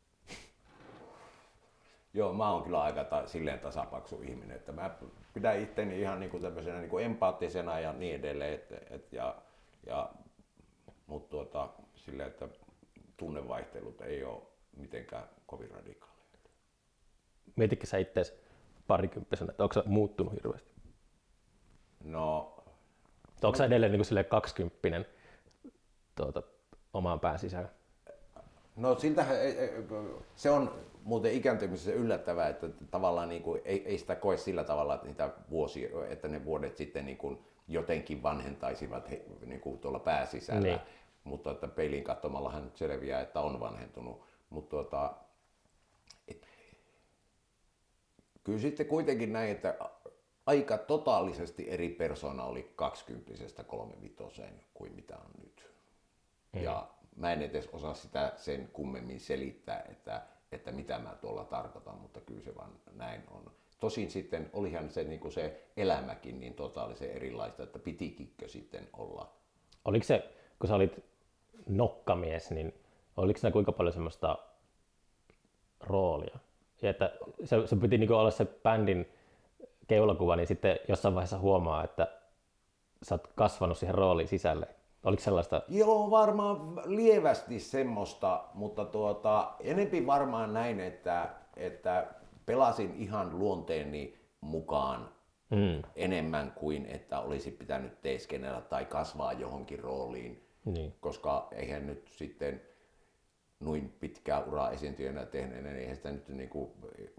Joo, mä oon kyllä aika ta- silleen tasapaksu ihminen, että mä pidän itteni ihan niinku tämmöisenä niinku empaattisena ja niin edelleen, et, et, ja, ja, mutta tuota, silleen, että tunnevaihtelut ei ole mitenkään kovin radikaaleja. Mietitkö sä itseäsi parikymppisenä, että onko sä muuttunut hirveästi? No... Onko sä edelleen niin kuin kaksikymppinen tuota, omaan pään sisään? No siltä se on muuten ikääntymisessä yllättävää, että tavallaan niin kuin, ei, ei sitä koe sillä tavalla, että, niitä vuosia, että ne vuodet sitten niin kuin jotenkin vanhentaisivat he, niin kuin tuolla pääsisällä. Niin. Mutta että peiliin katsomallahan nyt selviää, että on vanhentunut. Mutta tuota, et, kyllä sitten kuitenkin näin, että aika totaalisesti eri persona oli kaksikymppisestä kolmevitoseen kuin mitä on nyt. Mm. Ja mä en edes osaa sitä sen kummemmin selittää, että, että mitä mä tuolla tarkoitan, mutta kyllä se vaan näin on. Tosin sitten olihan se, niin kuin se elämäkin niin totaalisen erilaista, että pitikikö sitten olla. Oliko se, kun sä olit nokkamies, niin oliko se kuinka paljon semmoista roolia? Ja että se, se piti niin kuin olla se bändin keulakuva, niin sitten jossain vaiheessa huomaa, että sä oot kasvanut siihen rooliin sisälle. Oliko sellaista? Joo, varmaan lievästi semmoista, mutta tuota, enempi varmaan näin, että, että pelasin ihan luonteeni mukaan mm. enemmän kuin että olisi pitänyt teeskennellä tai kasvaa johonkin rooliin, niin. Koska eihän nyt sitten noin pitkää uraa esiintyjänä tehneenä, niin eihän sitä nyt niin kuin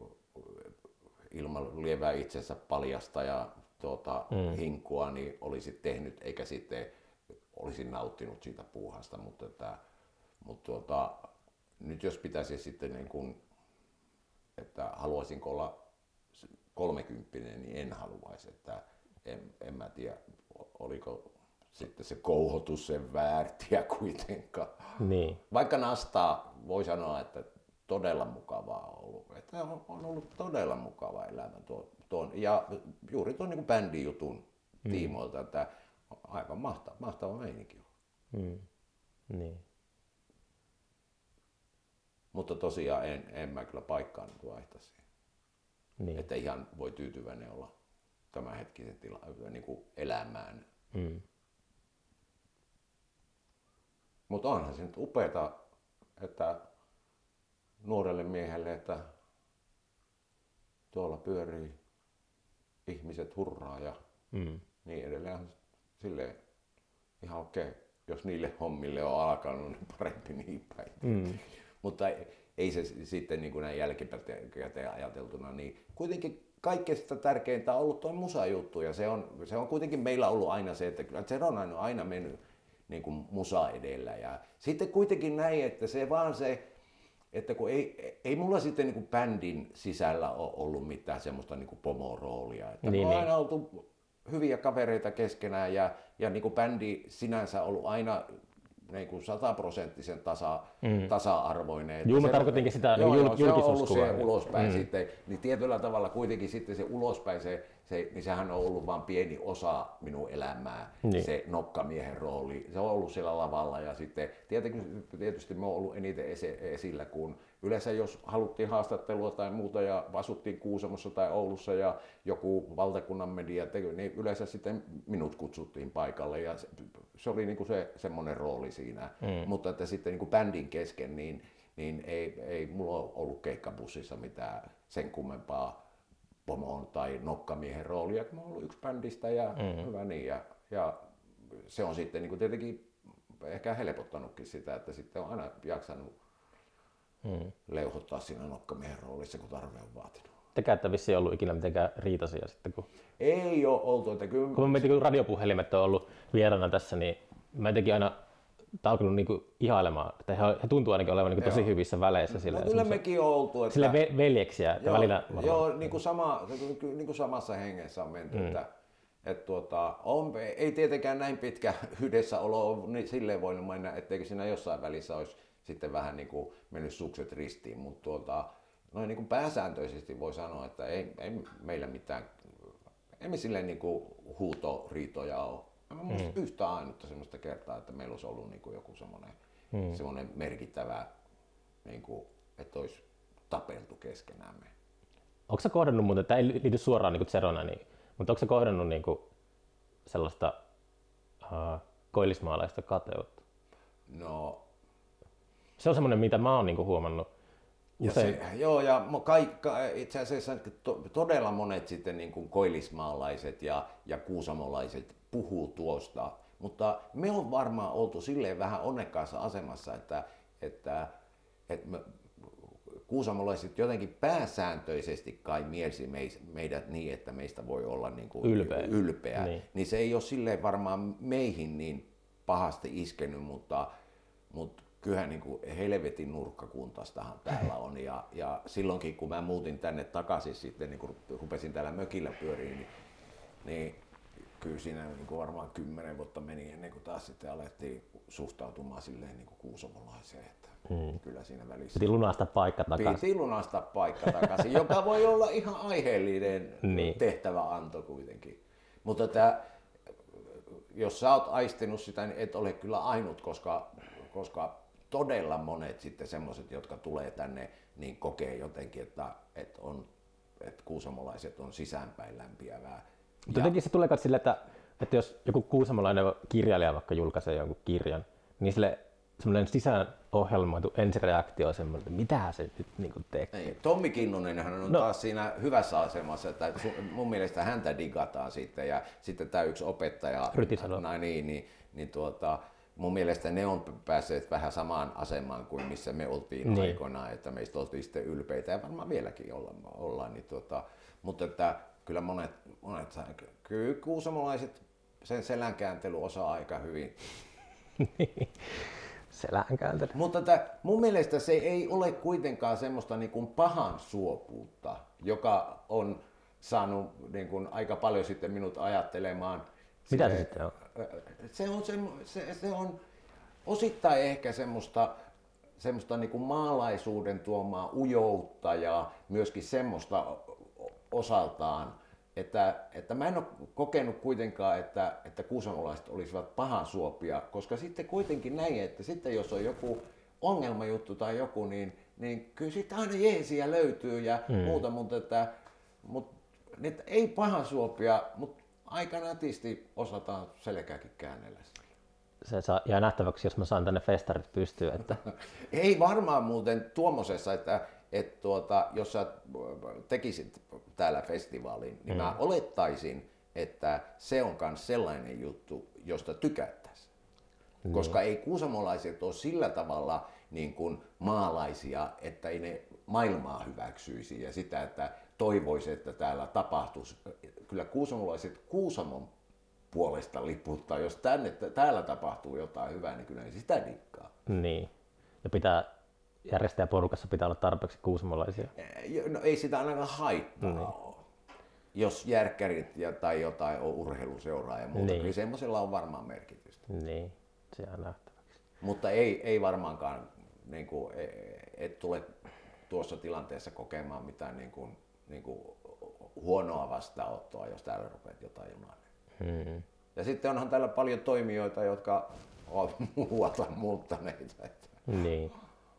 ilman lievää itsensä paljasta ja tuota, mm. hinkua niin olisi tehnyt, eikä sitten olisin nauttinut siitä puuhasta, mutta, että, mutta tuota, nyt jos pitäisi sitten niin kuin, että haluaisinko olla kolmekymppinen, niin en haluaisi, että en, en mä tiedä, oliko sitten se kouhotus sen väärtiä kuitenkaan. Niin. Vaikka nastaa voi sanoa, että todella mukavaa on ollut, että on ollut todella mukava elämä tuon, tuon ja juuri tuon niin bändin jutun mm. tiimoilta, että aivan mahtava, mahtava meininki on. Mm. Niin. Mutta tosiaan en, en mä kyllä paikkaa nyt vaihtaa siihen. Niin. Että ihan voi tyytyväinen olla tämänhetkisen tila, niin kuin elämään. Mm. Mutta onhan se nyt upeata, että nuorelle miehelle, että tuolla pyörii ihmiset hurraa ja mm. niin edelleen. Silleen ihan okei, jos niille hommille on alkanut, niin parempi niin päin. Mm. Mutta ei se sitten niin kuin näin jälkikäteen ajateltuna, niin kuitenkin kaikkein tärkeintä on ollut tuo musajuttu ja se on, se on kuitenkin meillä ollut aina se, että kyllä Zeronainen on aina mennyt niin kuin musa edellä ja sitten kuitenkin näin, että se vaan se, että kun ei, ei mulla sitten niin kuin bändin sisällä ole ollut mitään semmoista niin kuin pomoroolia, että niin, on aina niin. oltu hyviä kavereita keskenään ja, ja niin kuin bändi sinänsä ollut aina niin kuin sataprosenttisen tasa, mm. tasa-arvoinen. Joo, mä tarkoitinkin sitä joo, jul- joo, se on ollut se niin. ulospäin mm. sitten, niin tietyllä tavalla kuitenkin sitten se ulospäin, se, se, niin sehän on ollut vain pieni osa minun elämää, niin. Se nokkamiehen rooli. Se on ollut siellä lavalla ja sitten tietenkin, tietysti me on ollut eniten esillä, kun yleensä jos haluttiin haastattelua tai muuta ja asuttiin Kuusamossa tai Oulussa ja joku valtakunnan media teki, niin yleensä sitten minut kutsuttiin paikalle ja se, se oli niinku se semmoinen rooli siinä. Mm. Mutta että sitten niinku bändin kesken niin, niin ei, ei mulla ole ollut keikkabussissa mitään sen kummempaa pomon tai nokkamiehen roolia, kun mä oon ollut yksi bändistä ja mm. hyvä niin. Ja, ja se on sitten niinku tietenkin ehkä helpottanutkin sitä, että sitten on aina jaksanut Hmm. leuhottaa siinä nokkamiehen roolissa, kun tarve on vaatinut. Tekää ette vissiin ollut ikinä mitenkään riitaisia sitten? Kun... Ei ole oltu. Että kyllä... Kun mä mietin, kun radiopuhelimet on ollut vieraana tässä, niin mä jotenkin aina alkanut niinku ihailemaan, että he, he tuntuu ainakin olevan niinku tosi hyvissä väleissä. Sille, no, kyllä mekin on oltu. Että... Sille ve- veljeksiä. Että joo, välillä joo niin kuin sama, niin kuin samassa hengessä on menty. Hmm. Että, että tuota, on, ei tietenkään näin pitkä yhdessäolo niin silleen voinut mennä, etteikö siinä jossain välissä olisi sitten vähän niin kuin mennyt sukset ristiin, mutta tuota, noin niin kuin pääsääntöisesti voi sanoa, että ei, ei meillä mitään, emme silleen niin kuin huutoriitoja ole. Mä muista mm. yhtä ainutta semmoista kertaa, että meillä olisi ollut niin kuin joku semmoinen, mm. semmoinen merkittävä, niin kuin, että olisi tapeltu keskenämme. Onko sä kohdannut, mutta tämä ei liity suoraan niin kuin Zerona, niin, mutta onko sä kohdannut niin kuin sellaista uh, koillismaalaista kateutta? No, se on semmoinen, mitä mä oon niinku huomannut. Ja se, joo, ja kaikka, itse asiassa to, todella monet sitten niin kuin koillismaalaiset ja, ja kuusamolaiset puhuu tuosta, mutta me on varmaan oltu silleen vähän onnekkaassa asemassa, että, että, että me, kuusamolaiset jotenkin pääsääntöisesti kai mielsi meidät niin, että meistä voi olla niin kuin ylpeä, ylpeä. Niin. niin se ei ole silleen varmaan meihin niin pahasti iskenyt, mutta, mutta kyllähän niin kuin helvetin nurkkakuntastahan täällä on ja, ja silloinkin kun mä muutin tänne takaisin sitten, niin kun rupesin täällä mökillä pyöriin, niin, niin kyllä siinä niin kuin varmaan kymmenen vuotta meni ennen kuin taas sitten alettiin suhtautumaan silleen niin kuin kuusamolaiseen, että hmm. kyllä siinä välissä. Piti lunastaa paikka takaisin. Piti lunastaa paikka takaisin, joka voi olla ihan aiheellinen niin. tehtäväanto kuitenkin. Mutta tämä, jos sä oot aistinut sitä, niin et ole kyllä ainut, koska, koska todella monet sitten semmoiset, jotka tulee tänne, niin kokee jotenkin, että, että, on, että kuusamolaiset on sisäänpäin lämpiävää. Mutta jotenkin se tulee silleen, että että jos joku kuusamolainen kirjailija vaikka julkaisee jonkun kirjan, niin sille semmoinen sisäänohjelmoitu ensireaktio on semmoinen, että mitä se nyt niin tekee. Ei, Tommi Kinnunenhan on No. taas siinä hyvässä asemassa, että su- mun mielestä häntä digataan sitten ja sitten tämä yksi opettaja, Rytisalo. no, niin, niin, niin tuota, mun mielestä ne on päässeet vähän samaan asemaan kuin missä me oltiin Niin. aikoinaan, että meistä oltiin sitten ylpeitä ja varmaan vieläkin olla, ollaan. Niin tuota, mutta että kyllä monet, monet kyllä kuusamolaiset sen selänkääntely osaa aika hyvin. Selänkääntely. Mutta että mun mielestä se ei ole kuitenkaan semmoista niin kuin pahan suopuutta, joka on saanut niin kuin aika paljon sitten minut ajattelemaan. Mitä sille- se sitten on? Se on, se, se, se on osittain ehkä semmoista, semmoista niin kuin maalaisuuden tuomaa ujoutta ja myöskin semmoista o- osaltaan, että, että mä en ole kokenut kuitenkaan, että, että kuusamolaiset olisivat pahansuopia, koska sitten kuitenkin näin, että sitten jos on joku ongelmajuttu tai joku, niin, niin kyllä sitten aina jeesiä löytyy ja mm. muuta, mutta, että, mutta että ei pahansuopia, mutta aika nätisti osataan selkääkin käännellä. Se saa, jää nähtäväksi, jos mä saan tänne festarit pystyyn. Että... Ei varmaan muuten tuommoisessa, että, että tuota, jos sä tekisit täällä festivaalin, niin mm. mä olettaisin, että se on myös sellainen juttu, josta tykättäisiin. Mm. Koska ei kuusamolaiset ole sillä tavalla niin kuin maalaisia, että ei ne maailmaa hyväksyisi ja sitä, että toivoisi, että täällä tapahtuisi. Kyllä kuusamolaiset Kuusamon puolesta liputtaa. Jos tänne, täällä tapahtuu jotain hyvää, niin kyllä ei sitä dikkaa. Niin. Ja pitää järjestäjäporukassa pitää olla tarpeeksi kuusamolaisia. No ei sitä ainakaan haittaa Niin. ole. Jos järkkärit ja, tai jotain on urheiluseuraa ja muuta, Niin. niin semmoisella on varmaan merkitystä. Niin, se jää nähtäväksi. Mutta ei, ei varmaankaan niin kuin, et tule tuossa tilanteessa kokemaan mitään niin kuin, niin kuin huonoa vastaanottoa, jos täällä rupeat jotain junailemaan. Hmm. Ja sitten onhan täällä paljon toimijoita, jotka ovat muualta muuttaneita. Niin.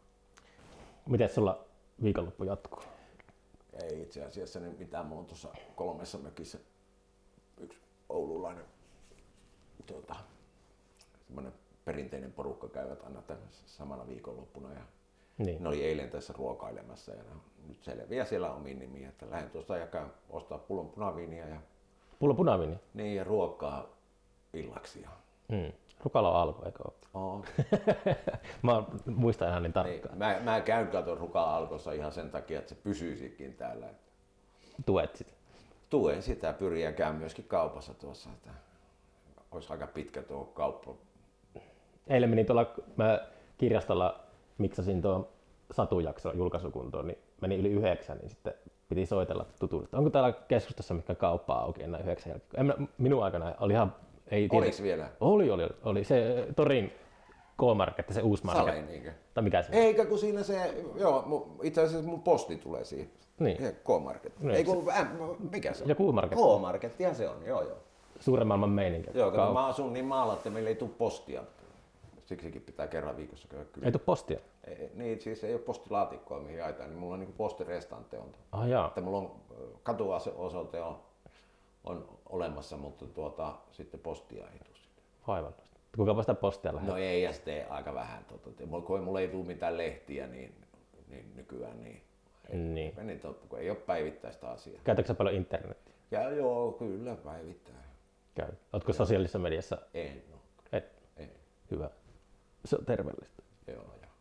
Miten sulla viikonloppu jatkuu? Ei itse asiassa niin mitään, mulla on tuossa kolmessa mökissä yksi oululainen tuota, semmoinen perinteinen porukka käyvät aina tämmöisessä samana viikonloppuna ja Niin. ne oli eilen tässä ruokailemassa ja ne on nyt selviää siellä omiin nimiin, että lähden tuosta ja käyn ostaa pullon punaviiniä ja, Pullo punaviini? niin, ja ruokaa illaksi. Ja, Hmm. Rukala on alku, eikö ole? oh, Mä muistan ihan niin niin, tarkkaan. mä, mä käyn katon Ruka Alkossa ihan sen takia, että se pysyisikin täällä. Tuet sitä. Tuen sitä, pyrin ja käyn myöskin kaupassa tuossa. Että olisi aika pitkä tuo kauppa. Eilen menin tuolla, mä kirjastolla miksasin tuon Satu-jakson julkaisukuntoon, niin meni yli yhdeksän, niin sitten piti soitella tutulle. Onko täällä keskustassa mikä kauppa auki enää yhdeksän jälkeen? En, mä- minun aikana oli ihan... Ei Oliko vielä? Oli, oli, oli. Se Torin K-Market, se uusi market. Sale, niinkö? Tai mikä se on? Eikä kun siinä se, joo, mu- itse asiassa mun posti tulee siihen. Niin. Se K-Market. Niin, Ei kun, äh, mikä se on? Joku Market. K-Markettihan se on, joo joo. Suuren maailman meininki. Joo, kun Kau- mä asun niin maalla, että meillä ei tule postia. Siksikin pitää kerran viikossa käydä kyllä. Ei tuu postia. Ei, niin, siis ei ole postilaatikkoa mihin jaetaan, niin mulla on niin postirestante on. Ah jaa. Että mulla on katuosoite on, on olemassa, mutta tuota, sitten postia ei tule sinne. Vaivallista. Kuinka sitä postia lähtee? No ei, ja sitten aika vähän. Tuota, kun mulla ei tule mitään lehtiä, niin, niin nykyään niin. Ei, Niin. ei, niin kun ei ole päivittäistä asiaa. Käytätkö sä paljon internetiä? Ja joo, kyllä päivittäin. Käy. Ootko sosiaalisessa mediassa? En no, Et. ei. Hyvä. Se on terveellistä. Joo, joo.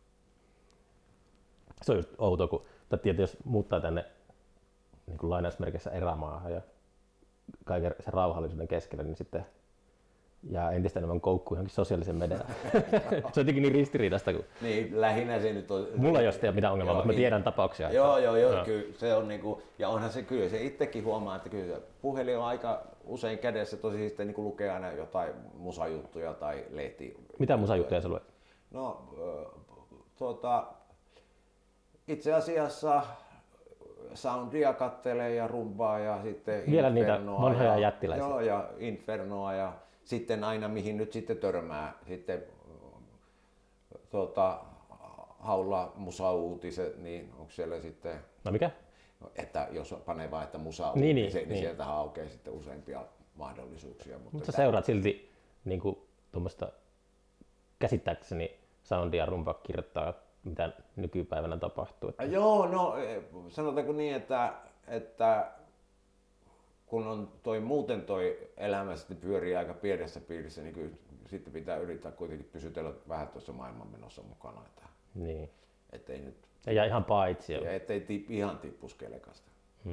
Se on just outoa, kun tai tietysti jos muuttaa tänne niin kuin lainausmerkeissä erämaahan ja kaiken sen rauhallisuuden keskelle, niin sitten jää entistä enemmän koukkuun johonkin sosiaalisen mediaan. Se on jotenkin niin ristiriitaista, kun Niin, lähinnä se nyt on... mulla ei ole sitä mitään ongelmaa, Joo, mutta mä in- tiedän tapauksia. Joo, joo, joo, Joo. kyllä se on niinku, ja onhan se kyllä, se itsekin huomaa, että kyllä se puhelin on aika usein kädessä, tosi sitten niinku lukee aina jotain musajuttuja tai lehti. Mitä musajuttuja sä luet? No, ö, tuota, itse asiassa soundia kattelee ja rumbaa ja sitten Vielä niitä Infernoa vanhoja ja, jättiläisiä. Joo, ja Infernoa ja sitten aina mihin nyt sitten törmää. Sitten tuota, haulla musauutiset, niin onko siellä sitten, No mikä? että jos panee vaan, että musa Niin, niin, niin, niin, niin niin. sieltä aukeaa sitten useampia mahdollisuuksia. Mutta Mutta sä seuraat silti niin kuin, tuommoista käsittääkseni soundia rumpa kirjoittaa, mitä nykypäivänä tapahtuu. Että... Joo, no sanotaanko niin, että, että kun on toi muuten toi elämä sitten pyörii aika pienessä piirissä, niin kyllä sitten pitää yrittää kuitenkin pysytellä vähän tuossa maailmanmenossa mukana. Että, niin. ettei nyt ei jää ihan paitsi. Ja ettei tiip, ihan tippuisi kelkasta. Hmm.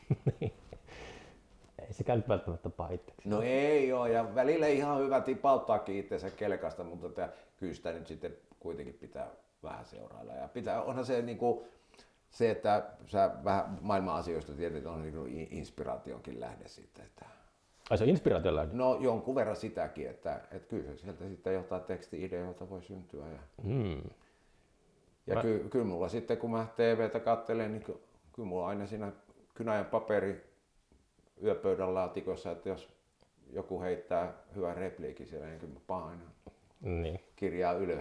Ei se käynyt välttämättä pahitteeksi. No ei ole, ja välillä ihan hyvä tipauttaakin itseensä kelkasta, mutta tää, kyllä sitä nyt sitten kuitenkin pitää vähän seurailla. Ja pitää, onhan se niinku, se, että sä vähän maailman asioista tiedät, on niinku inspiraationkin lähde sitten. Että... Ai se on inspiraation lähde? No jonkun verran sitäkin, että, että kyllä sieltä sitten jotain teksti-ideoita voi syntyä. Ja, hmm. ja mä... ky, kyllä mulla sitten, kun mä T V:tä katselen, niin ky, kyllä mulla aina siinä kynä ja paperi yöpöydän laatikossa, että jos joku heittää hyvän repliikin siellä, niin kyllä mä pahan niin. kirjaa ylös.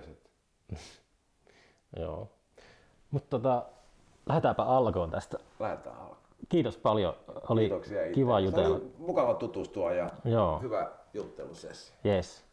Joo. Mutta tota, lähdetäänpä alkoon tästä. Lähdetään alkoon. Kiitos paljon. Oli Kiitoksia kiva itse. jutella. Se oli mukava tutustua ja Joo. hyvä juttelusessio. Yes.